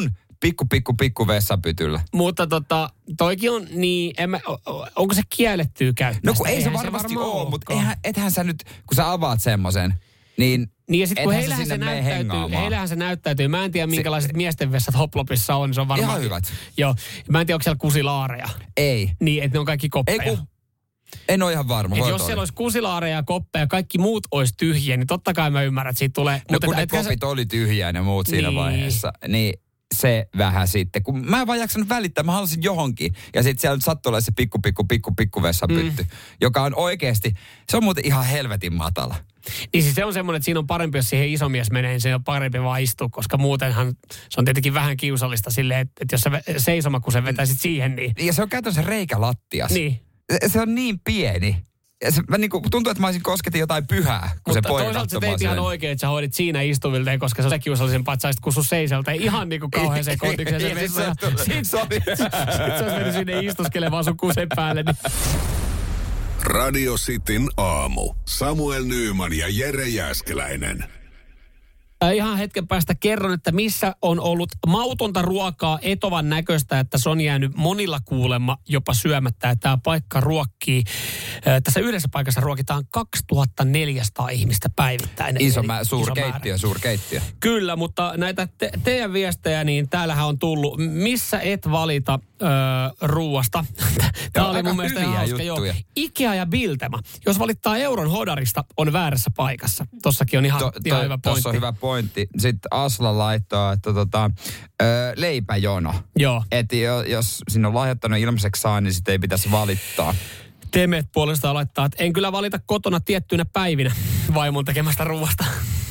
pikku, pikku, pikku vessapytyllä. Mutta tota, toikin on niin, en mä, onko se kiellettyä käyttää? No kun ei se Eihän varmasti varmaan ole, mutta olekaan. eihän, ethän sä nyt, kun sä avaat semmoisen, niin Niin ja sitten kun ethän heillähän se, sinne mene näyttäytyy, hengaamaan. heillähän se näyttäytyy. Mä en tiedä, minkälaiset se, miesten vessat Hoplopissa on. Se on varmaan... Ihan hyvät. Joo. Mä en tiedä, onko siellä kusilaareja. Ei. Niin, että ne on kaikki koppeja. Ei kun, en ole ihan varma. Et jos siellä olisi kusilaareja ja koppeja ja kaikki muut olisi tyhjiä, niin totta kai mä ymmärrän, että siitä tulee... No mutta kun et, ne etkä kopit sä... oli tyhjää ne muut siinä Niin. vaiheessa, niin se vähän sitten. Kun mä en vaan jaksanut välittää, mä halusin johonkin. Ja sitten siellä sattui olla se pikku, pikku, pikku, pikku vessapytty, mm. joka on oikeasti, se on muuten ihan helvetin matala. Niin siis se on semmoinen, että siinä on parempi, jos siihen iso mies menee, niin se on parempi vaan istua, koska muutenhan se on tietenkin vähän kiusallista silleen, että, että jos sä seisoma, kun sä vetäisit siihen, niin... Ja se on käytännössä reikä lattias. Niin. Se, se on niin pieni. Ja se, mä niinku, tuntuu, että mä olisin kosketin jotain pyhää, kun Mutta se poika toisaalta sä katsomaan teit ihan sen. oikein, että sä hoidit siinä istuvilteen, koska se on kiusallisempaa, että sä olisit kussu seiseltä ihan niinku kauheeseen kontikseen sen vessa. Ja sit sä olisi mennyt sinne istuskelemaan sun kusen päälle. Niin. Radio Cityn aamu. Samuel Nyyman ja Jere Jääskeläinen. Ihan hetken päästä kerron, että missä on ollut mautonta ruokaa etovan näköistä, että se on jäänyt monilla kuulemma jopa syömättä. Ja tämä paikka ruokkii, tässä yhdessä paikassa ruokitaan kaksituhattaneljäsataa ihmistä päivittäin. Iso, mä, suurkeittiö, suurkeittiö. Kyllä, mutta näitä te, teidän viestejä, niin täällähän on tullut, missä et valita öö, ruuasta. Tämä oli mun mielestä ihan hauska. Joo. Ikea ja Biltema. Jos valittaa euron hodarista, on väärässä paikassa. Tossakin on ihan, to, to, ihan hyvä pointti. Tuossa on hyvä pointti. Sitten Asla laittoi, että tota, ö, leipäjono. Joo. Että jos sinne on lahjoittanut ilmaiseksi saa, niin sitten ei pitäisi valittaa. Temet puolestaan laittaa, että en kyllä valita kotona tiettyinä päivinä vaimon tekemästä ruuasta.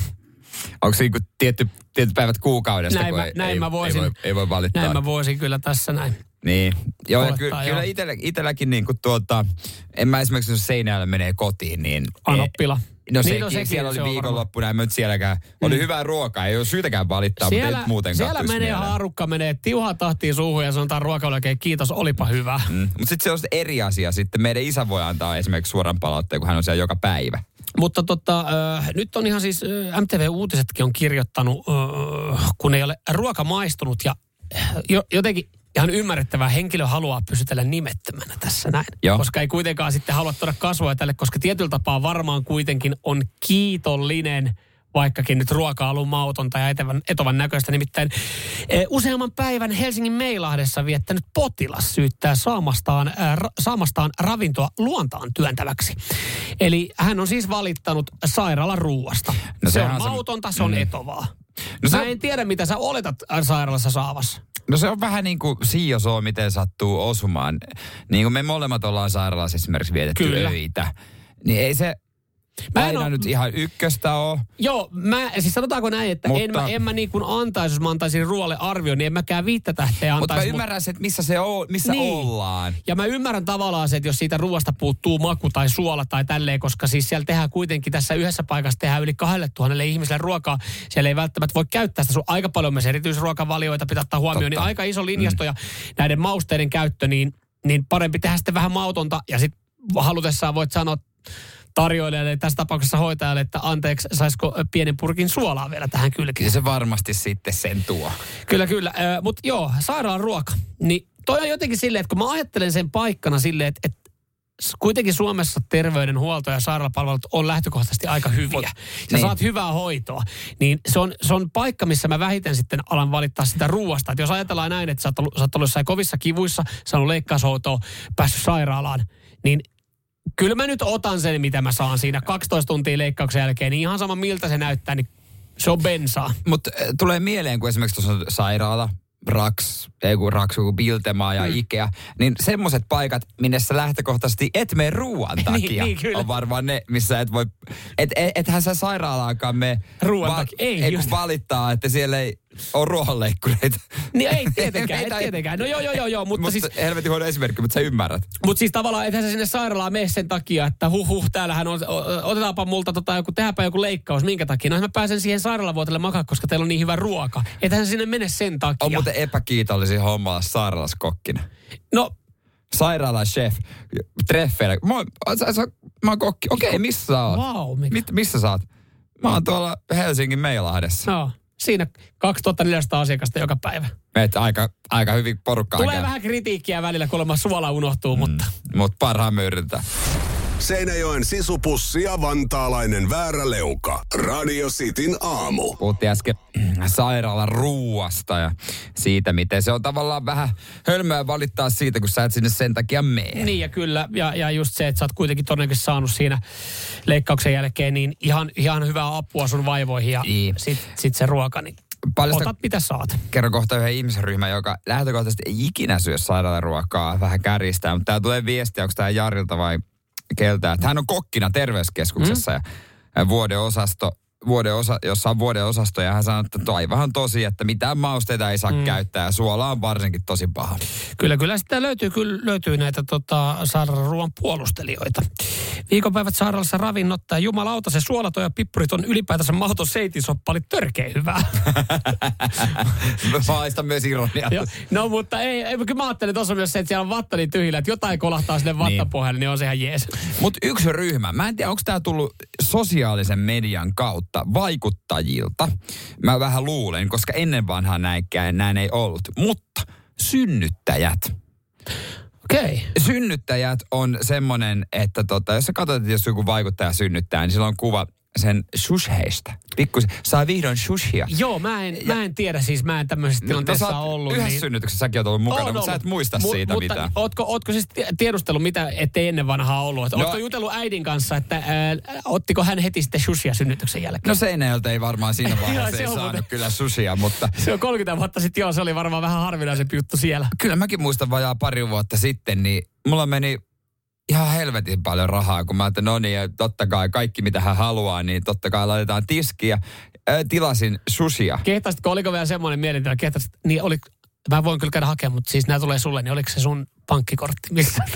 Onko siinä tietty, tietty päivät kuukaudesta, näin kun mä, ei, näin ei, mä voisin, ei, voi, ei voi valittaa? Näin mä voisin kyllä tässä näin. Niin. Joo, ja ky, joo. kyllä itellä, itelläkin niin kuin tuota, en mä esimerkiksi jos seinällä menee kotiin, niin... Anoppila. No niin, sekin, no sekin, siellä oli se viikonloppuna, en mä nyt sielläkään. Oli mm. hyvää ruokaa, ei ole syytäkään valittaa, siellä, mutta ei muutenkaan siellä menee mieleen. Haarukka, menee tiuhaa tahtiin suuhun ja sanotaan ruokailu oikein kiitos, olipa hyvä. Mm. Mutta sitten se on eri asia. Sitten meidän isä voi antaa esimerkiksi suoran palautteen, kun hän on siellä joka päivä. Mutta tota, äh, nyt on ihan siis, äh, M T V-uutisetkin on kirjoittanut, äh, kun ei ole ruoka maistunut ja äh, jo, jotenkin ihan ymmärrettävää henkilö haluaa pysytellä nimettömänä tässä näin. Joo. Koska ei kuitenkaan sitten halua tuoda kasvoja tälle, koska tietyllä tapaa varmaan kuitenkin on kiitollinen, vaikkakin nyt ruoka on ollut mautonta ja etovan, etovan näköistä. Nimittäin e, useamman päivän Helsingin Meilahdessa viettänyt potilas syyttää saamastaan, ä, ra, saamastaan ravintoa luontaan työntäväksi. Eli hän on siis valittanut sairaalan ruuasta. No se on mautonta, se on mm. etovaa. No se... Mä en tiedä, mitä sä oletat sairaalassa saavassa. No se on vähän niin kuin siijosoo, miten sattuu osumaan. Niin kuin me molemmat ollaan sairaalassa esimerkiksi vietetty Kyllä. öitä. Niin ei se aina ole... nyt ihan ykköstä ole. Joo, mä, siis sanotaanko näin, että Mutta... en mä, en mä niin kuin antaisi, jos mä antaisin ruoalle arvio, niin en mäkään viittä tähteä antaisi. Mutta mä ymmärrän mut... se, että missä, se on, missä niin. ollaan. Ja mä ymmärrän tavallaan se, että jos siitä ruoasta puuttuu maku tai suola tai tälleen, koska siis siellä tehdään kuitenkin tässä yhdessä paikassa tehdään yli kahdelle tuhannelle ihmiselle ruokaa. Siellä ei välttämättä voi käyttää sitä. Sun aika paljon myös erityisruokavalioita pitää ottaa huomioon. Totta. Niin aika iso linjasto mm. ja näiden mausteiden käyttö, niin, niin parempi tehdä sitten vähän mautonta. Ja sitten halutessaan voit sanoa tarjoilijalle, tässä tapauksessa hoitajalle, että anteeksi, saisiko pienen purkin suolaa vielä tähän kylkeen. Ja se varmasti sitten sen tuo. Kyllä, kyllä. Äh, Mutta joo, sairaalan ruoka. Niin toi on jotenkin silleen, että kun mä ajattelen sen paikkana silleen, että, että kuitenkin Suomessa terveydenhuolto ja sairaalapalvelut on lähtökohtaisesti aika hyviä. Sä niin. saat hyvää hoitoa. Niin se on, se on paikka, missä mä vähiten sitten alan valittaa sitä ruuasta. Että jos ajatellaan näin, että sä oot ollut, sä oot ollut jossain kovissa kivuissa, saanut leikkaushoitoa, päässyt sairaalaan, niin kyllä mä nyt otan sen, mitä mä saan siinä kaksitoista tuntia leikkauksen jälkeen, niin ihan sama miltä se näyttää, niin se on bensaa. Mutta tulee mieleen, kun esimerkiksi tuossa on sairaala, Raks, ei kun Raks, kun Biltema ja mm. Ikea, niin semmoiset paikat, minne sä lähtökohtaisesti et mene ruuan takia, niin, niin, on varmaan ne, missä et voi, et, et, ethän sä sairaalaankaan mene ruuan va- takia, ei, ei kun valittaa, että siellä ei ole ruohonleikkureita. Niin ei tietenkään, ei tietenkään. No joo, joo, joo, joo mutta Musta siis... helvetin huono esimerkki, mutta sä ymmärrät. Mutta siis tavallaan, ethän sä sinne sairaalaan mene sen takia, että huh huh, täällähän on, otetaanpa multa tota joku, tehdäänpä joku leikkaus, minkä takia? No mä pääsen siihen sairaalavuotelle makaa, koska teillä on niin hyvä ruoka. Ethän sä sinne mene sen takia. On muuten epäkiitollisia hommaa sairaalaskokkina. No... Sairaalan chef, treffeillä. Mä oon, mä oon kokki. Okei, okay, missä sä oot? Wow, mikä? Mit, missä sä oot? Mä oon tuolla Helsingin Meilahdessa. No. siinä kaksituhattaneljäsataa asiakasta joka päivä. Et aika, aika hyvin porukkaa. Tulee käy. vähän kritiikkiä välillä, kuulemma suola unohtuu, mm. mutta... Mutta parhaamme yritetään. Seinäjoen sisupussi ja vantaalainen vääräleuka. Radio Cityn aamu. Puhuttiin äsken sairaalan ruuasta ja siitä, miten se on tavallaan vähän hölmöä valittaa siitä, kun sä et sinne sen takia mene. Niin ja kyllä, ja, ja just se, että sä oot kuitenkin todennäköisesti saanut siinä leikkauksen jälkeen niin ihan, ihan hyvää apua sun vaivoihin ja niin. sit, sit se ruoka, niin Paljasta, otat mitä saat. Kerro kohta yhden ihmisryhmän, joka lähtökohtaisesti ei ikinä syö sairaalaruokaa, vähän kärjistää, mutta tää tulee viestiä, onko tää Jarilta vai keltä, että hän on kokkina terveyskeskuksessa mm. ja vuodeosasto, vuodeosa, jossa on vuodeosasto ja hän sanoo, että toivahan tosi, että mitään mausteita ei saa mm. käyttää ja suola on varsinkin tosi paha. Kyllä, kyllä sitä löytyy, kyllä löytyy näitä tota, sairaalaruoan puolustelijoita. Viikonpäivät sairaalassa ravinnottaa. Jumalauta, se suolaton ja pippurit on ylipäätänsä mahdoton seitisoppa, oli törkeä hyvää. Haistan myös ironiaa. No mutta ei, ei kyllä mä ajattelin tuossa myös se, että siellä on vatta niin tyhjillä, että jotain kolahtaa sinne vattapohjalle, niin. niin on se ihan jees. Mutta yksi ryhmä, mä en tiedä, onko tämä tullut sosiaalisen median kautta vaikuttajilta. Mä vähän luulen, koska ennen vanhaa näinkään näin ei ollut. Mutta synnyttäjät. Okei. Okay. Synnyttäjät on semmoinen, että tota, jos sä katsot, että jos joku vaikuttaja synnyttää, niin sillä on kuva sen shusheista. Pikkuisen. Saa vihdoin shushia. Joo, mä en, ja, mä en tiedä, siis mä en tämmöisessä tilanteessa no, ollut. Yhdessä niin... synnytyksessä säkin oot ollut mukana, on mutta sä et muista Mu- siitä mutta mitään. Ootko, ootko siis tiedustellut, mitä ettei ennen vanhaa ollut? No, ootko jutellut äidin kanssa, että äh, ottiko hän heti sitten shushia synnytyksen jälkeen? No Seinäjoelta ei varmaan siinä vaiheessa ei se saanut muuten. kyllä shushia, mutta... Se on kolmekymmentä vuotta sitten, joo, se oli varmaan vähän harvinaisempi juttu siellä. Kyllä mäkin muistan vajaa pari vuotta sitten, niin mulla meni ihan helvetin paljon rahaa, kun mä ajattelin, no niin, totta kai kaikki mitä hän haluaa, niin totta kai laitetaan tiskiä. Ää, tilasin sushia. Kehtaisitko, oliko vielä semmoinen mielentila, kehtasit, niin oli, mä voin kyllä käydä hakemaan, mutta siis nämä tulee sulle, niin oliko se sun pankkikortti missä?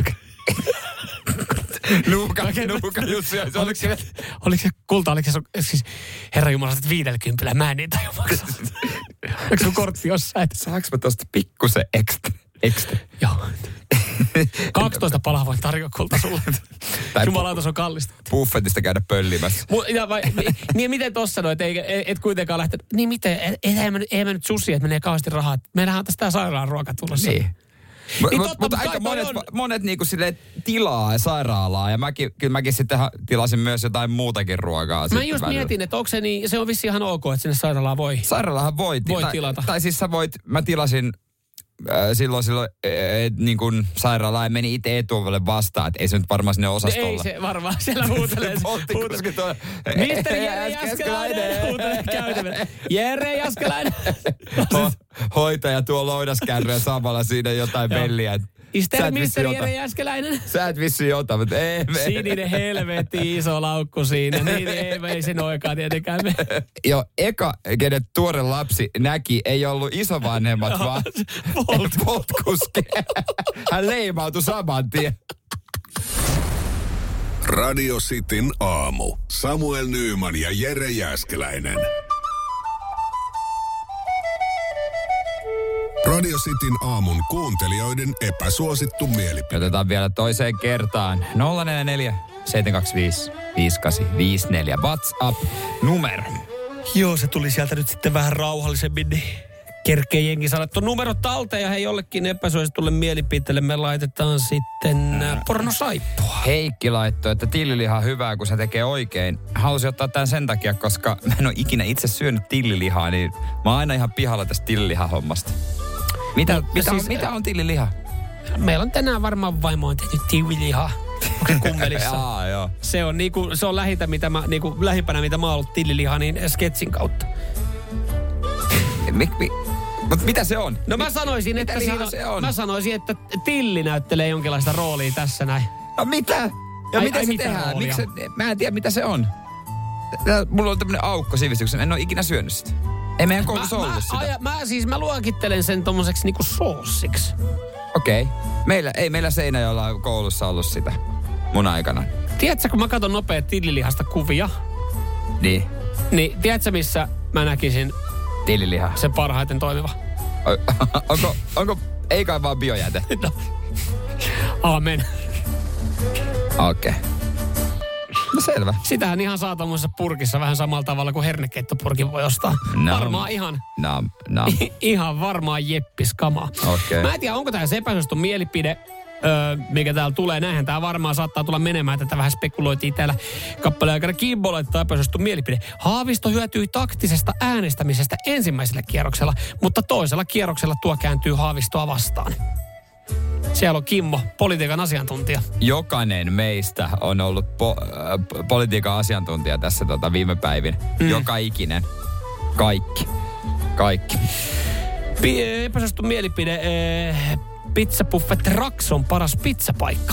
Nuuka, nuuka, Jussi. Oliko se, oliko se kulta, oliko se sun, siis herra jumala, sä viidelkympillä, mä en niitä jo maksaa. Oliko sun kortti jossain? Saanko mä tosta pikkusen ekstra? Ekstra. Joo. kaksitoista palaa voin tarjoa kulta sulle. Jumalauta, se on kallista. Buffetista käydä pöllimässä. Mu- ja vai, niin miten tossa sanoit, et, et, et kuitenkaan lähtenyt. Niin miten, eihän me, ei me nyt susi, että menee kauheasti rahaa. Meillähän on tästä sairaanruoka tulossa. Niin. Niin Mutta mut aika monet, monet niinku silleen tilaa ja sairaalaa. Ja mäkin, kyllä mäkin sitten tilasin myös jotain muutakin ruokaa. Mä just välillä. Mietin, että onko se niin, se on vissi ihan ok, että sinne sairaalaan voi. Sairaalahan voi, voi tai, tilata. Tai siis sä voit, mä tilasin äh, silloin, silloin äh, niin kuin sairaalaan ja meni itse etuovelle vastaan, että ei se nyt varmaan sinne osastolle. Ei se varmaan, siellä huutelee. Misteri Jere Jäskeläinen huutelee käytävän. Jere Jäskeläinen. Ho, hoitaja tuo loudaskärryä samalla siinä jotain velliä. Ister misteri Jere Jäskeläinen. Sä et vissiin ota, mutta ei. Sininen helvetti, iso laukku siinä. Niin ei, ei sen oikein tietenkään me. Joo, eka, kenet tuore lapsi näki, ei ollut isovanhemmat, vaan potkuski. Hän leimautui saman tien. Radio Cityn aamu. Samuel Nyyman ja Jere Jääskeläinen. Radio Cityn aamun kuuntelijoiden epäsuosittu mielipide. Otetaan vielä toiseen kertaan. nolla neljä neljä seitsemän kaksi viisi viisi kahdeksan viisi neljä WhatsApp-numero. Joo, se tuli sieltä nyt sitten vähän rauhallisemmin. Niin kerkee jengi sanottu numero talteen ja hei jollekin epäsuositulle mielipiteelle me laitetaan sitten äh, pornosaippua. Heikki laittoi, että tilliliha on hyvää, kun se tekee oikein. Halusin ottaa tämän sen takia, koska mä en ole ikinä itse syönyt tillilihaa, niin mä oon aina ihan pihalla tästä tillilihahommasta. Mitä, no, mitä, siis, on, mitä on tilliliha? Meillä on tänään varmaan vaimo on tehty tillilihaa. Kummelissa. Jaa, joo. Se on, niinku, se on lähitä, mitä mä, niinku, lähimpänä, mitä mä oon ollut tillilihaa, niin sketsin kautta. Mik, mi, mutta mitä se on? No mä sanoisin, mit, että siinä, se on? Mä sanoisin, että Tilli näyttelee jonkinlaista roolia tässä näin. No mitä? Ja ai, miten ai, se tehdään? Miksi se, mä en tiedä, mitä se on. Mulla on tämmönen aukko sivistyksen. En ole ikinä syönyt sitä. Ei meidän koulussa ollut mä, sitä. Aja, mä siis mä luokittelen sen tommoseksi niinku soossiksi. Okei. Okay. Meillä, ei meillä Seinäjoella ole koulussa ollut sitä mun aikana. Tiedätkö, kun mä katson nopeat tillilihasta kuvia. Niin. Niin, tiedätkö missä mä näkisin tilliliha? Sen parhaiten toimiva. O, onko, onko, ei kai vaan biojäte? No. Aamen. Okei. Okay. No selvä. Sitähän ihan saa tommoisessa purkissa vähän samalla tavalla kuin hernekeittopurkin voi ostaa. No. Varmaan ihan, No, no. ihan varmaan jeppiskamaa. Okei. Mä en tiedä, onko tämä se epäsuosittu mielipide, öö, mikä täällä tulee. Näinhän tämä varmaan saattaa tulla menemään. Tätä vähän spekuloitiin täällä kappaleen aikana. Kimbo laittaa epäsuosittu mielipide. Haavisto hyötyi taktisesta äänestämisestä ensimmäisellä kierroksella, mutta toisella kierroksella tuo kääntyy Haavistoa vastaan. Siellä on Kimmo, politiikan asiantuntija. Jokainen meistä on ollut po- äh, politiikan asiantuntija tässä tota, viime päivin. Mm. Joka ikinen. Kaikki. Kaikki. P- epäsuosittu mielipide. Eh, Pizza Buffet Rax on paras pizzapaikka.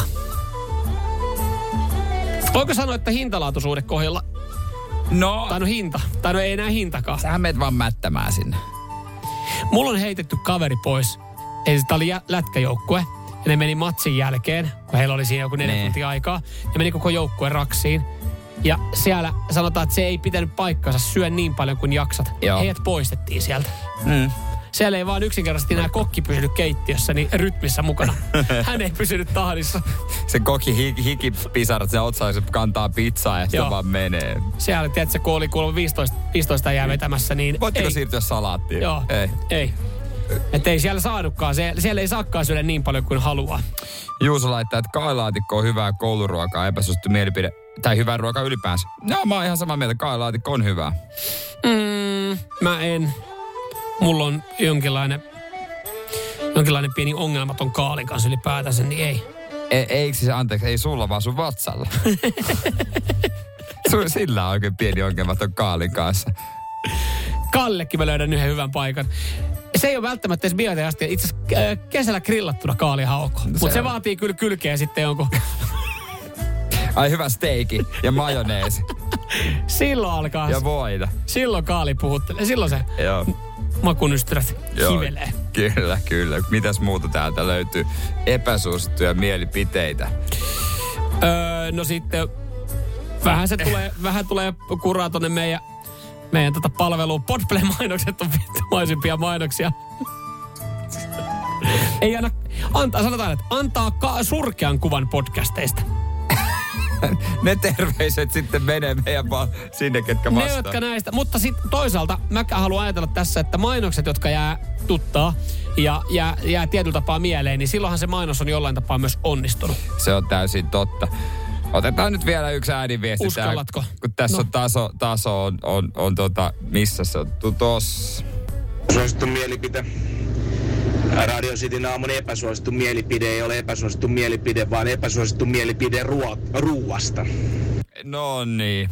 Voiko sanoa, että hintalaatuisuuden kohdalla? No, Tai no hinta. Tai no ei enää hintakaan. sähän meet vaan mättämään sinne. Mulla on heitetty kaveri pois. Eli sitä oli jä- lätkäjoukkue. Ja ne meni matsin jälkeen, kun heillä oli siinä joku neljä Nee. tuntia aikaa. Ja meni koko joukkue Raksiin. Ja siellä sanotaan, että se ei pitänyt paikkansa. Syö niin paljon kuin jaksat. Joo. Heidät poistettiin sieltä. Mm. Siellä ei vaan yksinkertaisesti enää kokki pysynyt keittiössä, niin rytmissä mukana. Hän ei pysynyt tahdissa. Se koki hi- hikipisarat, se otsaa, se kantaa pizzaa ja sitä vaan menee. Siellä, tiedätkö, kun oli kuulemma viisitoista, viisitoista jää vetämässä, niin Voitteko ei. siirtyä salaattiin? Joo, Ei. ei. Että ei siellä saanutkaan. Se, siellä ei saakaan syödä niin paljon kuin haluaa. Juuso laittaa, että kailaatikko on hyvää kouluruokaa, epäsuosittu mielipide. Tai hyvää ruokaa ylipäänsä. No, mä oon ihan samaa mieltä, kailaatikko on hyvää. Mm, mä en. Mulla on jonkinlainen, jonkinlainen pieni ongelma ton kaalin kanssa ylipäätänsä, niin ei. E, eikö siis, anteeksi, ei sulla vaan sun vatsalla. Sun, sillä on oikein pieni ongelma ton kaalin kanssa. Kallillekin mä löydän yhden hyvän paikan. Se ei ole välttämättä edes bioteasti. Itse asiassa äh, kesällä grillattuna kaali ihan ok. No Mutta se se on. vaatii kyllä kylkeä sitten jonkun. Ai hyvä steiki ja majoneesi Silloin alkaa. ja voita. Silloin kaali puhuttelee. Silloin se Joo. makunystyrät Joo, hivelee. Kyllä, kyllä. Mitäs muuta täältä löytyy? Epäsuosittuja mielipiteitä. Öö, no sitten vähän se tulee, vähän tulee kuraa tonne meidän, meidän tota palveluun. Podplay-mainokset on vittumaisimpia mainoksia. Ei anna, antaa, sanotaan, että antaa ka- surkean kuvan podcasteista. Ne terveiset sitten menee meidän vaan sinne, ketkä Ne, vastaa. jotka näistä. Mutta sitten toisaalta mä haluan ajatella tässä, että mainokset, jotka jää tuttaa ja jää, jää tietyllä tapaa mieleen, niin silloinhan se mainos on jollain tapaa myös onnistunut. Se on täysin totta. Otetaan nyt vielä yksi ääniviesti. Uskallatko? Tää, kun tässä No. on taso, taso on, on, on tota, missä se on? Tu- Tossa. Suosittu mielipide. Radio Cityn aamun epäsuosittu mielipide ei ole epäsuosittu mielipide, vaan epäsuosittu mielipide ruo- ruuasta. No niin.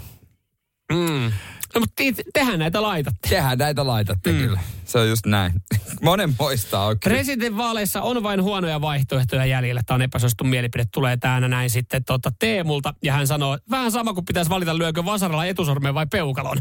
Mm. No mutta te, tehän näitä laitatte. Tehän näitä laitatte mm. kyllä. Se on just näin. Monen poistaa on kyllä. Presidentinvaaleissa on vain huonoja vaihtoehtoja jäljellä. Tämä on epäsuosittu mielipide. Tulee täällä näin sitten tuota Teemulta. Ja hän sanoo, vähän sama kuin pitäisi valita, lyökö vasaralla etusormen vai peukalon.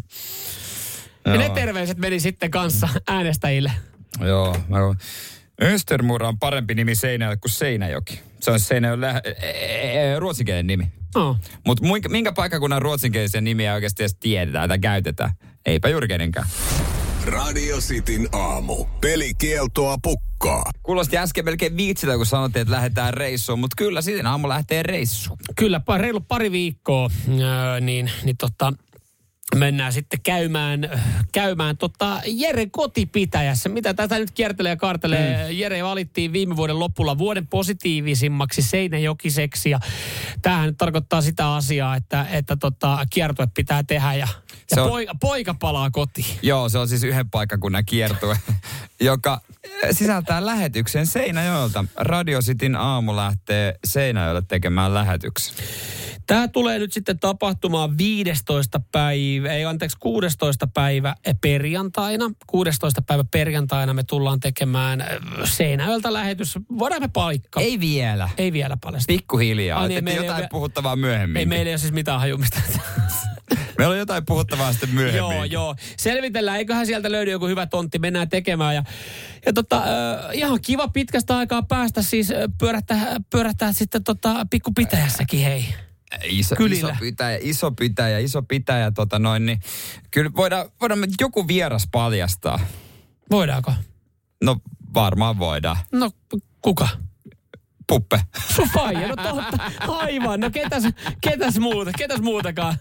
Ja ne terveiset meni sitten kanssa äänestäjille. Joo. Mä... Östermura on parempi nimi Seinäjoelle kuin Seinäjoki. Se on Seinäjoelle lä- e- e- e- ruotsinkielinen nimi. Oh. Mutta minkä paikkakunnan ruotsinkielisiä nimiä oikeasti edes tiedetään tai käytetään? Eipä juuri kenenkään. Radio Cityn aamu. Pelikieltoa pukkaa. Kuulosti äsken melkein viitsiltä, kun sanottiin, että lähdetään reissuun. Mutta kyllä, sitten aamu lähtee reissuun. Kyllä, pa- reilu pari viikkoa, öö, niin, niin tota, mennään sitten käymään, käymään tota Jere kotipitäjässä. Mitä tätä nyt kiertelee ja kaartelee? Mm. Jere valittiin viime vuoden lopulla vuoden positiivisimmaksi Seinäjokiseksi. Ja tämähän nyt tarkoittaa sitä asiaa, että, että tota, kiertue pitää tehdä ja, ja on... poika, poika palaa kotiin. Joo, se on siis yhden paikkakunnan kiertue, joka sisältää lähetyksen Seinäjoelta. Radio Cityn aamu lähtee Seinäjoelle tekemään lähetyksen. Tämä tulee nyt sitten tapahtumaan viidestoista päivä, ei anteeksi kuudestoista päivä perjantaina. kuudestoista päivä perjantaina me tullaan tekemään Seinäjoelta lähetys. Voidaan me paikka? Ei vielä. Ei vielä paljasta. Pikkuhiljaa. Ai Ah, niin, niin, meillä jotain ei- puhuttavaa myöhemmin. Ei meillä ei ole siis mitään hajumista. Meillä on jotain puhuttavaa sitten myöhemmin. Joo, joo. Selvitellään, eiköhän sieltä löydy joku hyvä tontti, mennään tekemään. Ja, ja tota, äh, ihan kiva pitkästä aikaa päästä siis äh, pyörähtää, pyörähtää sitten tota, pikkupitäjässäkin, hei. Iso, Kylillä. iso pitäjä, iso pitäjä, iso pitäjä, tota noin, niin kyllä voidaan, voidaan me joku vieras paljastaa. Voidaanko? No varmaan voidaan. No, kuka? Puppe. Sun faija, no totta. Aivan, no ketäs, ketäs muuta, ketäs muutakaan.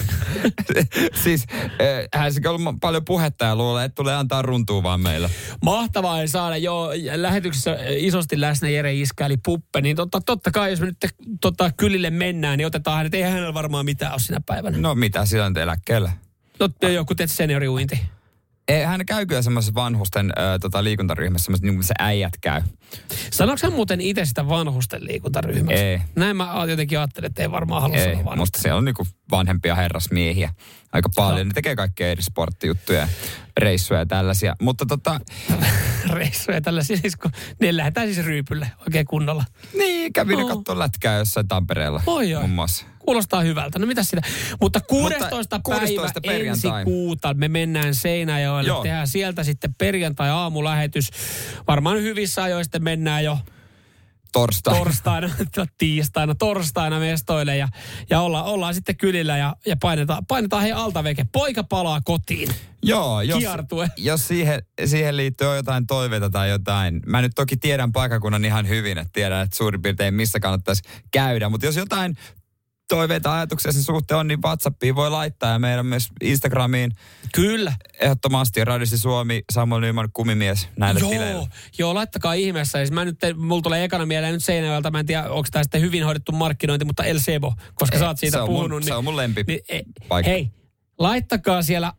Siis äh, hän sekin ollut paljon puhetta ja luulee, että tulee antaa runtua vaan meillä. Mahtavaa ei saada jo lähetyksessä isosti läsnä Jere Iskä, eli Puppe. Niin totta, totta kai, jos me nyt tota, kylille mennään, niin otetaan hänet. Eihän hänellä varmaan mitään ole sinä päivänä. No mitä, sillä on eläkkeellä. No joku teet senioriuinti. Ei, hän käy kyllä semmoisessa vanhusten äh, tota, liikuntaryhmässä, semmoisessa, niin kuin se äijät käy. Sanoiko hän muuten itse sitä vanhusten liikuntaryhmässä? Ei. Näin mä jotenkin ajattelin, että ei varmaan halua Ei, sanoa vanhusten. mutta siellä on niinku vanhempia herrasmiehiä aika paljon. No. Ne tekee kaikkea eri sporttijuttuja, reissuja ja tällaisia. Mutta tota... reissuja tällaisia, siis kun ne lähdetään siis ryypylle oikein kunnolla. Niin, kävin no. katsoa lätkää jossain Tampereella. Oi, oi. Muun muassa. Kuulostaa hyvältä. No mitä sitä? Mutta kuudestoista kuudestoista päivä ensi kuuta me mennään Seinäjoelle. Joo. Tehdään sieltä sitten perjantai-aamulähetys. Varmaan hyvissä ajoin sitten mennään jo torstaina, torstaina tiistaina, torstaina mestoille ja, ja olla, ollaan sitten kylillä ja, ja painetaan, painetaan hei altaveke. Poika palaa kotiin. Joo, jos, Kiertue. jos siihen, siihen liittyy jotain toiveita tai jotain. Mä nyt toki tiedän paikkakunnan ihan hyvin, että tiedän, että suurin piirtein missä kannattaisi käydä. Mutta jos jotain toiveita, ajatuksia sen suhteen on, niin WhatsAppiin voi laittaa ja meidän myös Instagramiin. Kyllä. Ehdottomasti Radiosti Suomi, Samuel Nyman, kumimies näille joo, tileille. Joo, laittakaa ihmeessä. Siis mä nyt, mulla tulee ekana mieleen nyt Seinäjoelta, mä en tiedä, onko tämä sitten hyvin hoidettu markkinointi, mutta El Sebo, koska Ei, sä oot siitä se puhunut. Mun, niin, se on mun lempi niin, e, paikka. Hei, laittakaa siellä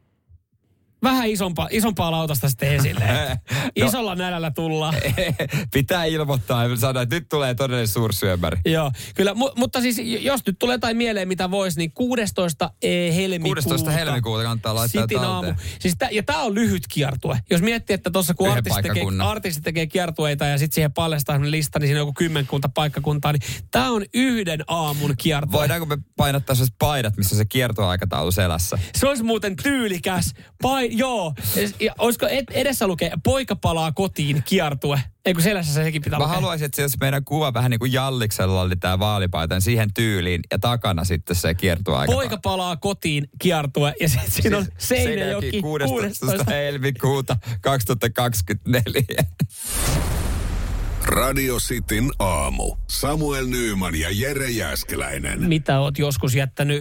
vähän isompaa, isompaa lautasta sitten esille. no, Isolla nälällä tullaan. Pitää ilmoittaa ja sanoa, että nyt tulee todellinen suursyömäri. Joo, kyllä, mu- mutta siis jos nyt tulee jotain mieleen, mitä voisi, niin kuudestoista helmikuuta. kuudestoista helmikuuta kannattaa laittaa Sitin aamu. Siis tä, ja tämä on lyhyt kiertue. Jos miettii, että tuossa kun artistit tekee, artistit tekee kiertueita ja sitten siihen paljastaa lista, niin siinä on joku kymmenkunta paikkakuntaa, niin tämä on yhden aamun kiertue. Voidaanko me painottaa sellaiset paidat, missä on se kiertoaikataulu selässä? Se olisi muuten tyylikäs. Pain, joo. Ja olisiko ed- edessä lukee, poika palaa kotiin kiertue? Eikö selässä sekin pitää Mä lukea? haluaisin, että jos meidän kuva vähän niin kuin Jalliksella oli tämä vaalipaita, niin siihen tyyliin ja takana sitten se kiertoaikataulu. Poika palaa kotiin kiertue ja sitten siinä on Seinäjoki kuudestoista helmikuuta kaksituhattakaksikymmentäneljä. Radio Cityn aamu. Samuel Nyman ja Jere Jääskeläinen. Mitä oot joskus jättänyt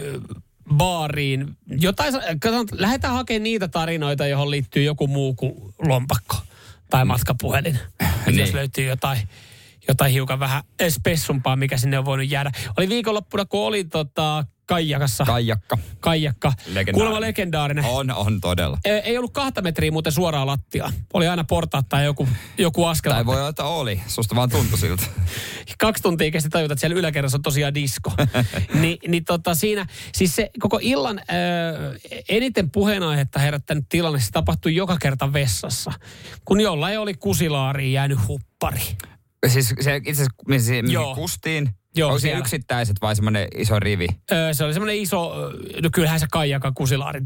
baariin? Jotain, katsotaan, lähdetään hakemaan niitä tarinoita, johon liittyy joku muu kuin lompakko tai matkapuhelin. niin. Jos löytyy jotain, jotain hiukan vähän spessumpaa, mikä sinne on voinut jäädä. Oli viikonloppuna, kun oli tota Kaijakassa. Kaijakka. Kaijakka. Legendaarinen. Kuulemma legendaarinen. On, on todella. Ei, ei ollut kahta metriä muuten suoraan lattiaan. Oli aina portaat tai joku, joku askel. Tai voi olla, että oli. Susta vaan tuntui siltä. Kaksi tuntia kesti tajuta, että siellä yläkerrassa on tosiaan disko. Ni, niin tota siinä, siis se koko illan äh, eniten puheenaihetta herättänyt tilanne, se tapahtui joka kerta vessassa. Kun jollain oli kusilaariin jäänyt huppari. Siis se itse asiassa, mihin Joo. kustiin? Joo, onko se siellä. Yksittäiset vai semmoinen iso rivi? Öö, se oli semmoinen iso, no kyllähän se Kaijakan kusilaari.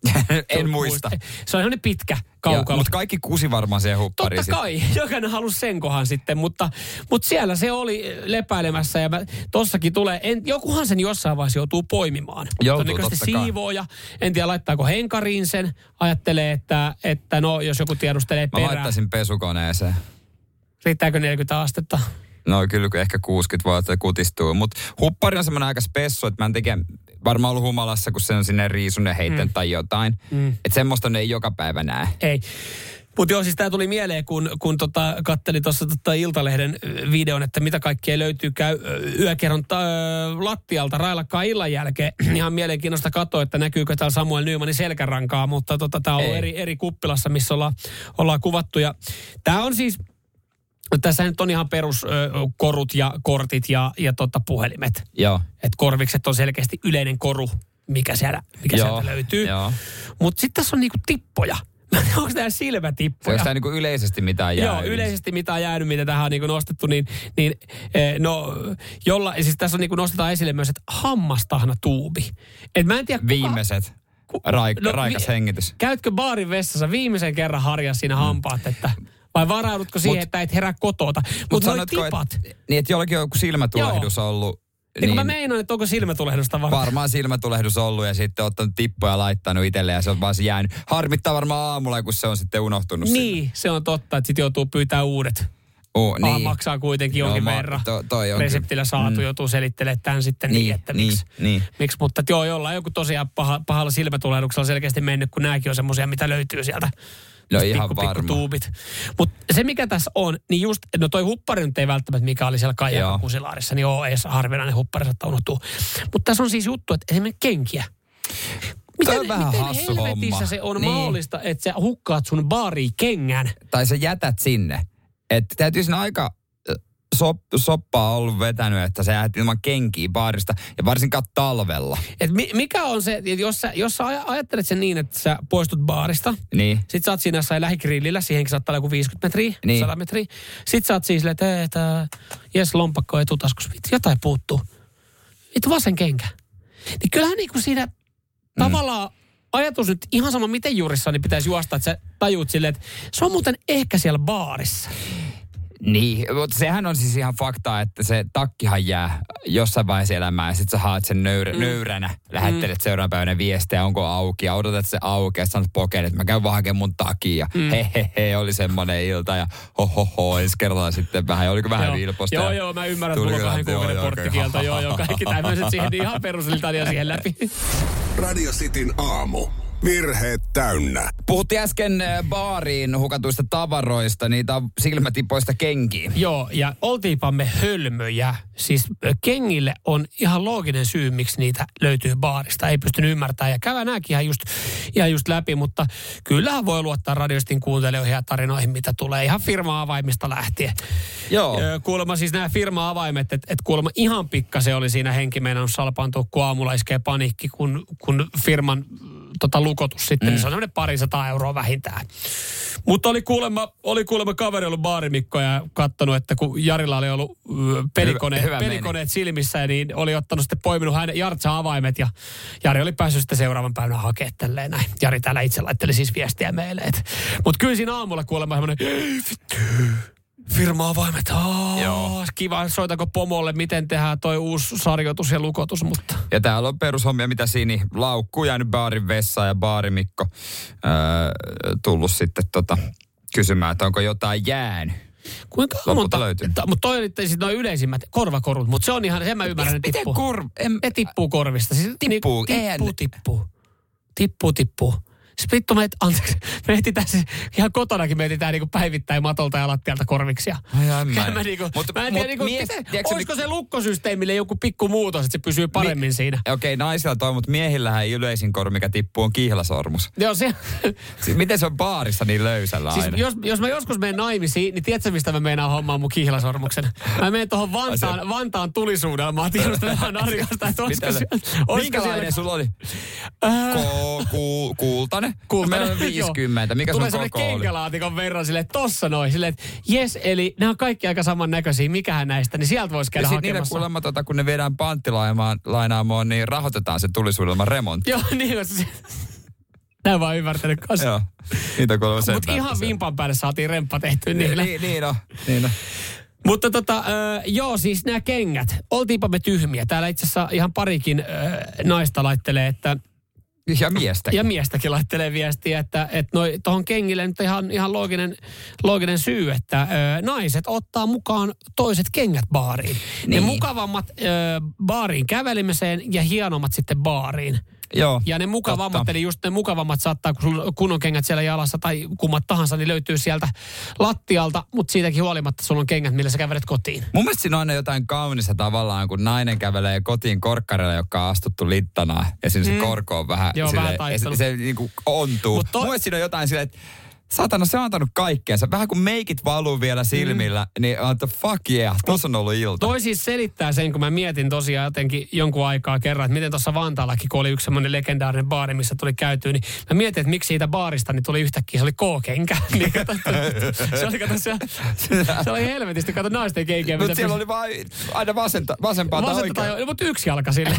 En muista. Se oli semmoinen pitkä kaukalo. Mutta kaikki kusi varmaan siihen huppariin. Totta kai, jokainen halusi sen kohan sitten, mutta, mutta siellä se oli lepäilemässä ja mä, tossakin tulee, en, jokuhan sen jossain vaiheessa joutuu poimimaan. Joutuu, totta kai. Siivooja, en tiedä laittaako henkariin sen, ajattelee, että, että no jos joku tiedustelee Mä perään. laittaisin pesukoneeseen. Riittääkö neljäkymmentä astetta? No kyllä ehkä kuusikymmentä vuotta kutistuu. Mutta huppari on semmoinen aika spessu, että mä en tekee varmaan ollut humalassa, kun se on sinne riisun ja heittänyt mm. tai jotain. Mm. Että semmoista ne ei joka päivä näe. Ei. Mutta joo, siis tämä tuli mieleen, kun, kun tota, kattelin tuossa tota Iltalehden videon, että mitä kaikkea löytyy käy yökerron ta- lattialta railakkaan illan jälkeen. Ihan mielenkiinnosta katsoa, että näkyykö täällä Samuel Nymanin selkärankaa, mutta tota, tämä on ollut eri, eri kuppilassa, missä ollaan, ollaan kuvattu. Ja tämä on siis... Tässä nyt on ihan peruskorut ja kortit ja, ja tota puhelimet. Joo. Et korvikset on selkeästi yleinen koru, mikä sieltä, mikä Joo, sieltä löytyy. Joo. Mutta sitten tässä on niinku tippoja. Mä en tiedä, onko tämä silmätippoja. Onko tämä niinku yleisesti mitään jäänyt? Joo, yleisesti mitään jäänyt, mitä tähän on niinku nostettu. Niin, niin no, jolla, siis tässä on niinku nostetaan esille myös, että hammastahnatuubi. Et mä en tiedä, kuka, Viimeiset. Raik, no, raikas vi, hengitys. Käytkö baarin vessassa viimeisen kerran harjaa siinä hampaat, että... Vai varaudutko siihen, mut, että et herää kotota? Mutta mut noi tipat... Et, niin, että jollakin on joku silmätulehdus Joo. ollut. Niin, niin kun mä meinaan, että onko silmätulehdusta varmaan? Varmaan silmätulehdus ollut ja sitten ottanut tippoja ja laittanut itselleen ja se on vaan se jäänyt. Harmittaa varmaan aamulla, kun se on sitten unohtunut Niin, sinne. Se on totta, että sitten joutuu pyytää uudet. Oh, niin. Ah, maksaa kuitenkin jonkin no, verran. To, toi on reseptillä kyllä. saatu, mm. joutuu selittelemään tämän sitten niin, niin että niin, miksi. Niin. Miksi, mutta joo, jollain joku tosiaan paha, pahalla silmätulehduksella selkeästi mennyt, kun nämäkin on semmoisia, mitä löytyy sieltä. No ihan pikku, varma. pikku tuubit. Mutta se mikä tässä on, niin just, no toi huppari nyt ei välttämättä, mikä oli siellä Kaijakan Kusilaarissa, niin joo, ei harvinainen huppari saattaa unohtua. Mutta tässä on siis juttu, että esimerkiksi kenkiä. Miten, on vähän miten hassu helvetissä homma. se on niin. mahdollista, että sä hukkaat sun baariin kengän? Tai sä jätät sinne. Että täytyy siinä aika sop, soppaa ollut vetänyt, että sä jäät ilman kenkiä baarista ja varsinkaan talvella. Et mi, mikä on se, että jos sä, jos sä ajattelet sen niin, että sä poistut baarista, niin. sit sä oot siinä jossain lähigrillillä, siihenkin saattaa olla joku viisikymmentä metriä, niin. sata metriä. Sit sä oot siis silleen, että tää, jes, lompakko ei tutaskus, jotain puuttuu. Vittu vasen kenkä. Niin kyllähän niinku siinä mm. tavallaan ajatus nyt ihan sama miten juurissa, niin pitäisi juosta, että sä tajuut silleen, että se on muuten ehkä siellä baarissa. Niin, mutta sehän on siis ihan faktaa, että se takkihan jää jossain vaiheessa elämää ja sit sä haat sen nöyrä, mm. nöyränä, lähettelet mm. seuraavan päivänä viestejä, onko auki ja odotat se auki ja sanot pokeen, että mä käyn vaan hakemaan mun takia. Mm. He, he, he, oli semmoinen ilta ja ho, ho, ho, ensi kerralla sitten vähän, oliko vähän joo. vilposta. Joo, joo, mä ymmärrän, että mulla on kahden kuukauden porttikielto, joo, joo, kaikki tämmöiset siihen, niin ihan perusiltaan siihen läpi. Radio Cityn aamu. Virheet täynnä. Puhuttiin äsken baariin hukatuista tavaroista, niitä silmätipoista kenkiä. Joo, ja oltiinpa me hölmöjä. Siis kengille on ihan looginen syy, miksi niitä löytyy baarista. Ei pystynyt ymmärtämään ja käydään nääkin ihan just, ihan just läpi, mutta kyllähän voi luottaa radiostin kuuntelijoihin ja tarinoihin, mitä tulee ihan firma-avaimista lähtien. Joo. Kuulemma siis nämä firma-avaimet, että et kuulemma ihan pikkasen oli siinä henki meinannut salpaantua, kun aamulla iskee paniikki, kun, kun firman tota, lukotus sitten, mm. niin se on semmoinen parisataa euroa vähintään. Mutta oli kuulemma, oli kuulemma kaveri ollut baarimikko ja katsonut, että kun Jarilla oli ollut pelikone, hyvä, hyvä pelikoneet meni. silmissä, niin oli ottanut sitten poiminut hänen Jartsa avaimet ja Jari oli päässyt sitten seuraavan päivänä hakemaan tälleen näin. Jari täällä itse laitteli siis viestiä meille. Mutta kyllä siinä aamulla kuulemma semmoinen firma-avaimet, Joo. kiva, soitako pomolle, miten tehdään toi uusi sarjoitus ja lukotus, mutta... Ja täällä on perushommia, mitä Sini laukku jäänyt baarin vessaan ja baarimikko öö, tullut sitten tota, kysymään, että onko jotain jäänyt. Kuinka monta löytyy? Mutta toi oli sitten noin yleisimmät korvakorut, mutta se on ihan, sen mä ymmärrän, ne tippuu. Miten kor... En... Ne tippuu korvista. Siis tippuu, niin, tippuu, tippuu. Tippuu, tippuu. Siis vittu, me, anteeksi, me etsitään siis, ihan kotonakin me etsitään niinku päivittäin matolta ja lattialta korviksia. Ai, ai, mä, mä, niinku, mut, mä en tiedä, niinku, mies, miten, tiedätkö, olisiko mi- se lukkosysteemille joku pikku muutos, että se pysyy paremmin Mi- siinä? Okei, okay, naisilla toi, mutta miehillähän yleisin korvi, mikä tippuu, on kihlasormus. Joo, se... siis miten se on baarissa niin löysällä siis aina? Jos, jos mä joskus menen naimisiin, niin tiedätkö, mistä mä meinaan hommaa mun kihlasormuksen? Mä menen tuohon Vantaan, Vantaan tulisuudelmaan tiedustelemaan Arikasta, että olisiko siellä... Minkälainen sulla oli? Ko, ku, kultainen? Kultainen. viisikymmentä. Mikä tulee sun koko oli? kenkälaatikon verran silleen, tossa noin. Silleen, että jes, eli nämä on kaikki aika samannäköisiä. Mikähän näistä, niin sieltä voisi käydä ja hakemassa. Ja sitten kuulemma, tota, kun ne viedään panttilainaamoon, niin rahoitetaan se tulisuudelman remontti. Joo, niin on se. Näin vaan ymmärtänyt kanssa. Joo, niitä kuulemma sen. Mutta ihan vimpan päälle saatiin remppa tehtyä niillä. Niin, niin on, niin on. Mutta tota, äh, joo, siis nämä kengät. Oltiinpa me tyhmiä. Täällä itse asiassa ihan parikin äh, naista laittelee, että... Ja miestäkin. Ja miestäkin laittelee viestiä, että, että noi, tohon kengille nyt ihan, ihan looginen, looginen syy, että ö, naiset ottaa mukaan toiset kengät baariin. Niin. Ne mukavammat ö, baariin kävelemiseen ja hienommat sitten baariin. Joo, ja ne mukavammat, totta. eli just ne mukavammat saattaa, kun kunnon kengät siellä jalassa tai kummat tahansa, niin löytyy sieltä lattialta, mutta siitäkin huolimatta sulla on kengät, millä sä kävelet kotiin. Mun mielestä siinä on aina jotain kaunista tavallaan, kun nainen kävelee kotiin korkkarilla, joka on astuttu littanaan, ja siinä mm. se korko on vähän, Joo, silleen, vähän ja se, se niin kuin ontuu. To... Mun mielestä siinä on jotain silleen, että saatana, se on antanut kaikkeensa. Vähän kun meikit valuu vielä silmillä, mm. niin että fuck yeah, tossa on ollut ilta. Toi siis selittää sen, kun mä mietin tosiaan jotenkin jonkun aikaa kerran, että miten tuossa Vantaallakin, kun oli yksi semmoinen legendaarinen baari, missä tuli käytyä, niin mä mietin, että miksi siitä baarista niin tuli yhtäkkiä, se oli K-kenkä. Niin kato, se oli, kato, se, se oli helvetisti, kato naisten kenkiä. Mutta siellä pys... oli vaan aina vasenta, vasempaa tai oikein. Tai, mutta yksi jalka sille.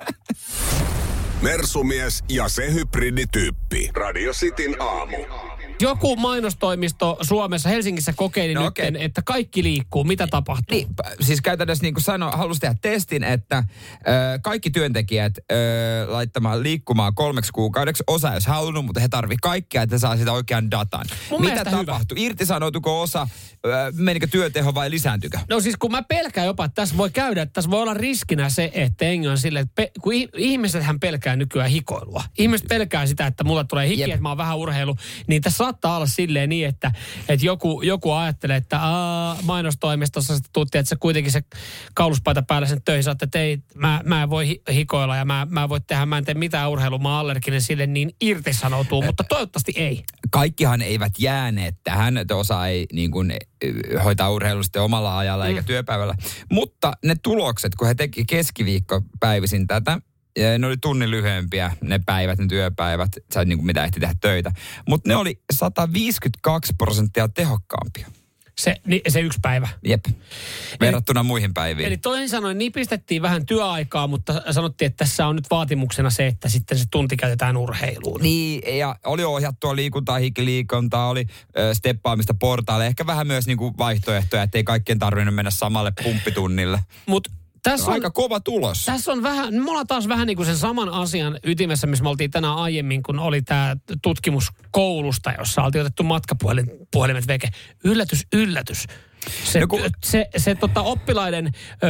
Mersumies ja se hybridityyppi. Radio Cityn aamu. Joku mainostoimisto Suomessa, Helsingissä kokeili No nyt, okei. että kaikki liikkuu. Mitä tapahtuu? Niin, p- siis käytännössä niin kuin sano, halusi tehdä testin, että ö, kaikki työntekijät ö, laittamaan liikkumaan kolmeksi kuukaudeksi. Osa jos halunnut, mutta he tarvii kaikkea, että saa sitä oikean datan. Mun Mitä mielestä hyvä. tapahtui? Irtisanoutuko osa? Ö, menikö työteho vai lisääntyykö? No siis kun mä pelkään jopa, että tässä voi käydä, että tässä voi olla riskinä se, että jengi on silleen, että pe- kun ih- ihmisethän pelkää nykyään hikoilua. Ihmiset pelkää sitä, että mulla tulee hiki, Jep. että mä oon vähän urheilu. Niin tässä saattaa olla silleen niin, että, että joku, joku ajattelee, että aa, mainostoimistossa sitten tuutti, että se kuitenkin se kauluspaita päällä sen töihin saatte, että ei, mä, mä en voi hi- hikoilla ja mä, mä en voi tehdä, mä en tee mitään urheilua, mä oon allerginen sille, niin irtisanoutuu, mutta toivottavasti ei. Kaikkihan eivät jääneet tähän, että osa ei niin kuin, ö, hoitaa urheilua sitten omalla ajalla eikä työpäivällä. Mutta ne tulokset, kun he teki keskiviikkopäivisin tätä, ja ne oli tunnin lyhyempiä ne päivät, ne työpäivät, sä niin kuin mitä ehti tehdä töitä. Mutta ne oli sata viisikymmentäkaksi prosenttia tehokkaampia. Se, ni, se yksi päivä. Jep. Verrattuna muihin päiviin. Eli toisin sanoen nipistettiin vähän työaikaa, mutta sanottiin, että tässä on nyt vaatimuksena se, että sitten se tunti käytetään urheiluun. Niin, ja oli ohjattua liikuntaa, hikiliikuntaa, oli ö, steppaamista portaalle. Ehkä vähän myös niin kuin vaihtoehtoja, ettei kaikkien tarvinnut mennä samalle pumppitunnille. Mutta tässä on, Aika kova tulos. tässä on vähän, me ollaan taas vähän niin kuin sen saman asian ytimessä, missä me oltiin tänään aiemmin, kun oli tämä tutkimus koulusta, jossa oltiin otettu matkapuhelimet veke. Yllätys, yllätys. Se, No kun- se, se tota, oppilaiden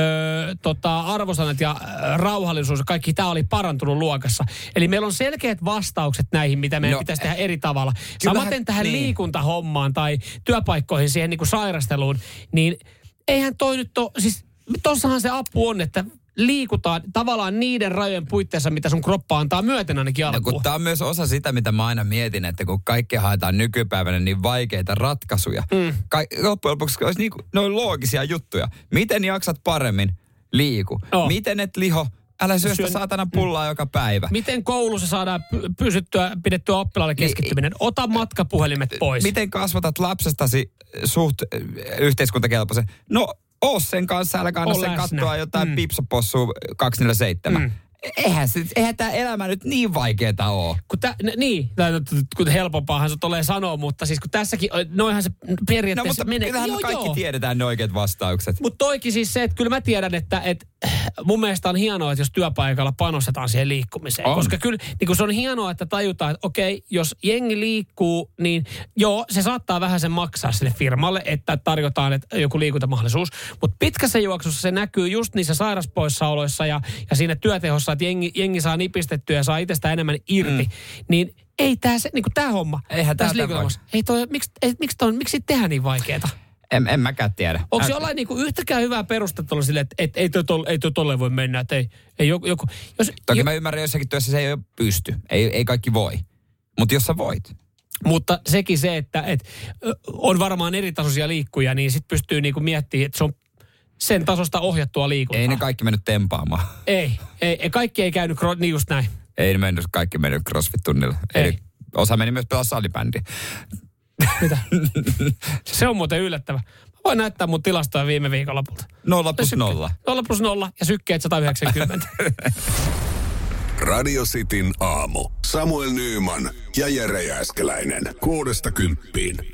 ö, tota, arvosanat ja ö, rauhallisuus ja kaikki tämä oli parantunut luokassa. Eli meillä on selkeät vastaukset näihin, mitä meidän No, pitäisi tehdä eri tavalla. kyllähän- Samaten tähän niin. liikuntahommaan tai työpaikkoihin, siihen niin kuin sairasteluun, niin eihän toi nyt ole, siis tossahan se apu on, että liikutaan tavallaan niiden rajojen puitteissa, mitä sun kroppa antaa myöten ainakin No, alkuun. kun tämä on myös osa sitä, mitä mä aina mietin, että kun kaikki haetaan nykypäivänä niin vaikeita ratkaisuja. Mm. Ka- loppujen lopuksi olisi niin kuin, ne on loogisia juttuja. Miten jaksat paremmin? Liiku. No. Miten et liho? Älä syö sitä Syön- saatana pullaa mm. joka päivä. Miten koulussa saadaan py- pysyttyä, pidettyä oppilaalle keskittyminen? Ota matkapuhelimet pois. Miten kasvatat lapsestasi suht äh, yhteiskuntakelpoisen? No, oo sen kanssa, älä anna Oo sen läsnä. katsoa jotain Mm. mm. pipsapossua kaksisataaneljäkymmentäseitsemän. Mm. Eihän, se, eihän tämä elämä nyt niin vaikeeta ole. Kun tä, n- niin, tai kun helpompaahan se tulee sanoa, mutta siis kun tässäkin, noihan se No periaatteessa mutta menee. kyllähän me kaikki joo. tiedetään ne oikeat vastaukset. Mutta toikin siis se, että kyllä mä tiedän, että, että mun mielestä on hienoa, että jos työpaikalla panostetaan siihen liikkumiseen. On. Koska kyllä niin kun se on hienoa, että tajutaan, että okei, jos jengi liikkuu, niin joo, se saattaa vähän sen maksaa sille firmalle, että tarjotaan että joku liikuntamahdollisuus. Mutta pitkässä juoksussa se näkyy just niissä sairaspoissaoloissa ja, ja siinä työtehossa, että jengi, jengi saa nipistettyä ja saa itsestä enemmän irti. Mm. Niin ei tämä se, niin kuin tämä homma. Eihän tää tässä tämän liikunnassa. Ei toi, miksi, ei, miksi, toi, miksi tehdään niin vaikeaa? En, en mäkään tiedä. Onko Ä- jollain niinku yhtäkään hyvää perustetta sille, että et, ei toi tol- ei toi tolleen voi mennä, että ei, ei joku, joku jos, Toki jo, mä ymmärrän, jossakin työssä se ei ole pysty. Ei, ei kaikki voi. Mutta jos sä voit. mutta sekin se, että et, ö, on varmaan eri tasoisia liikkuja, niin sit pystyy niinku miettimään, että se on sen tasosta ohjattua liikuntaa. Ei ne kaikki mennyt tempaamaan. Ei, ei, ei kaikki ei käynyt, kro- niin just näin. Ei ne mennyt, kaikki mennyt CrossFit-tunnilla. Ei. Eli osa meni myös pelaa salibändiä. Mitä? Se on muuten yllättävä. Mä voin näyttää mun tilastoja viime viikonlopulta. Nolla plus Sykkeet- nolla. Nolla plus nolla ja sykkeet sata yhdeksänkymmentä. Radio Cityn aamu. Samuel Nyyman ja Jere Jääskeläinen. Kuudesta kymppiin.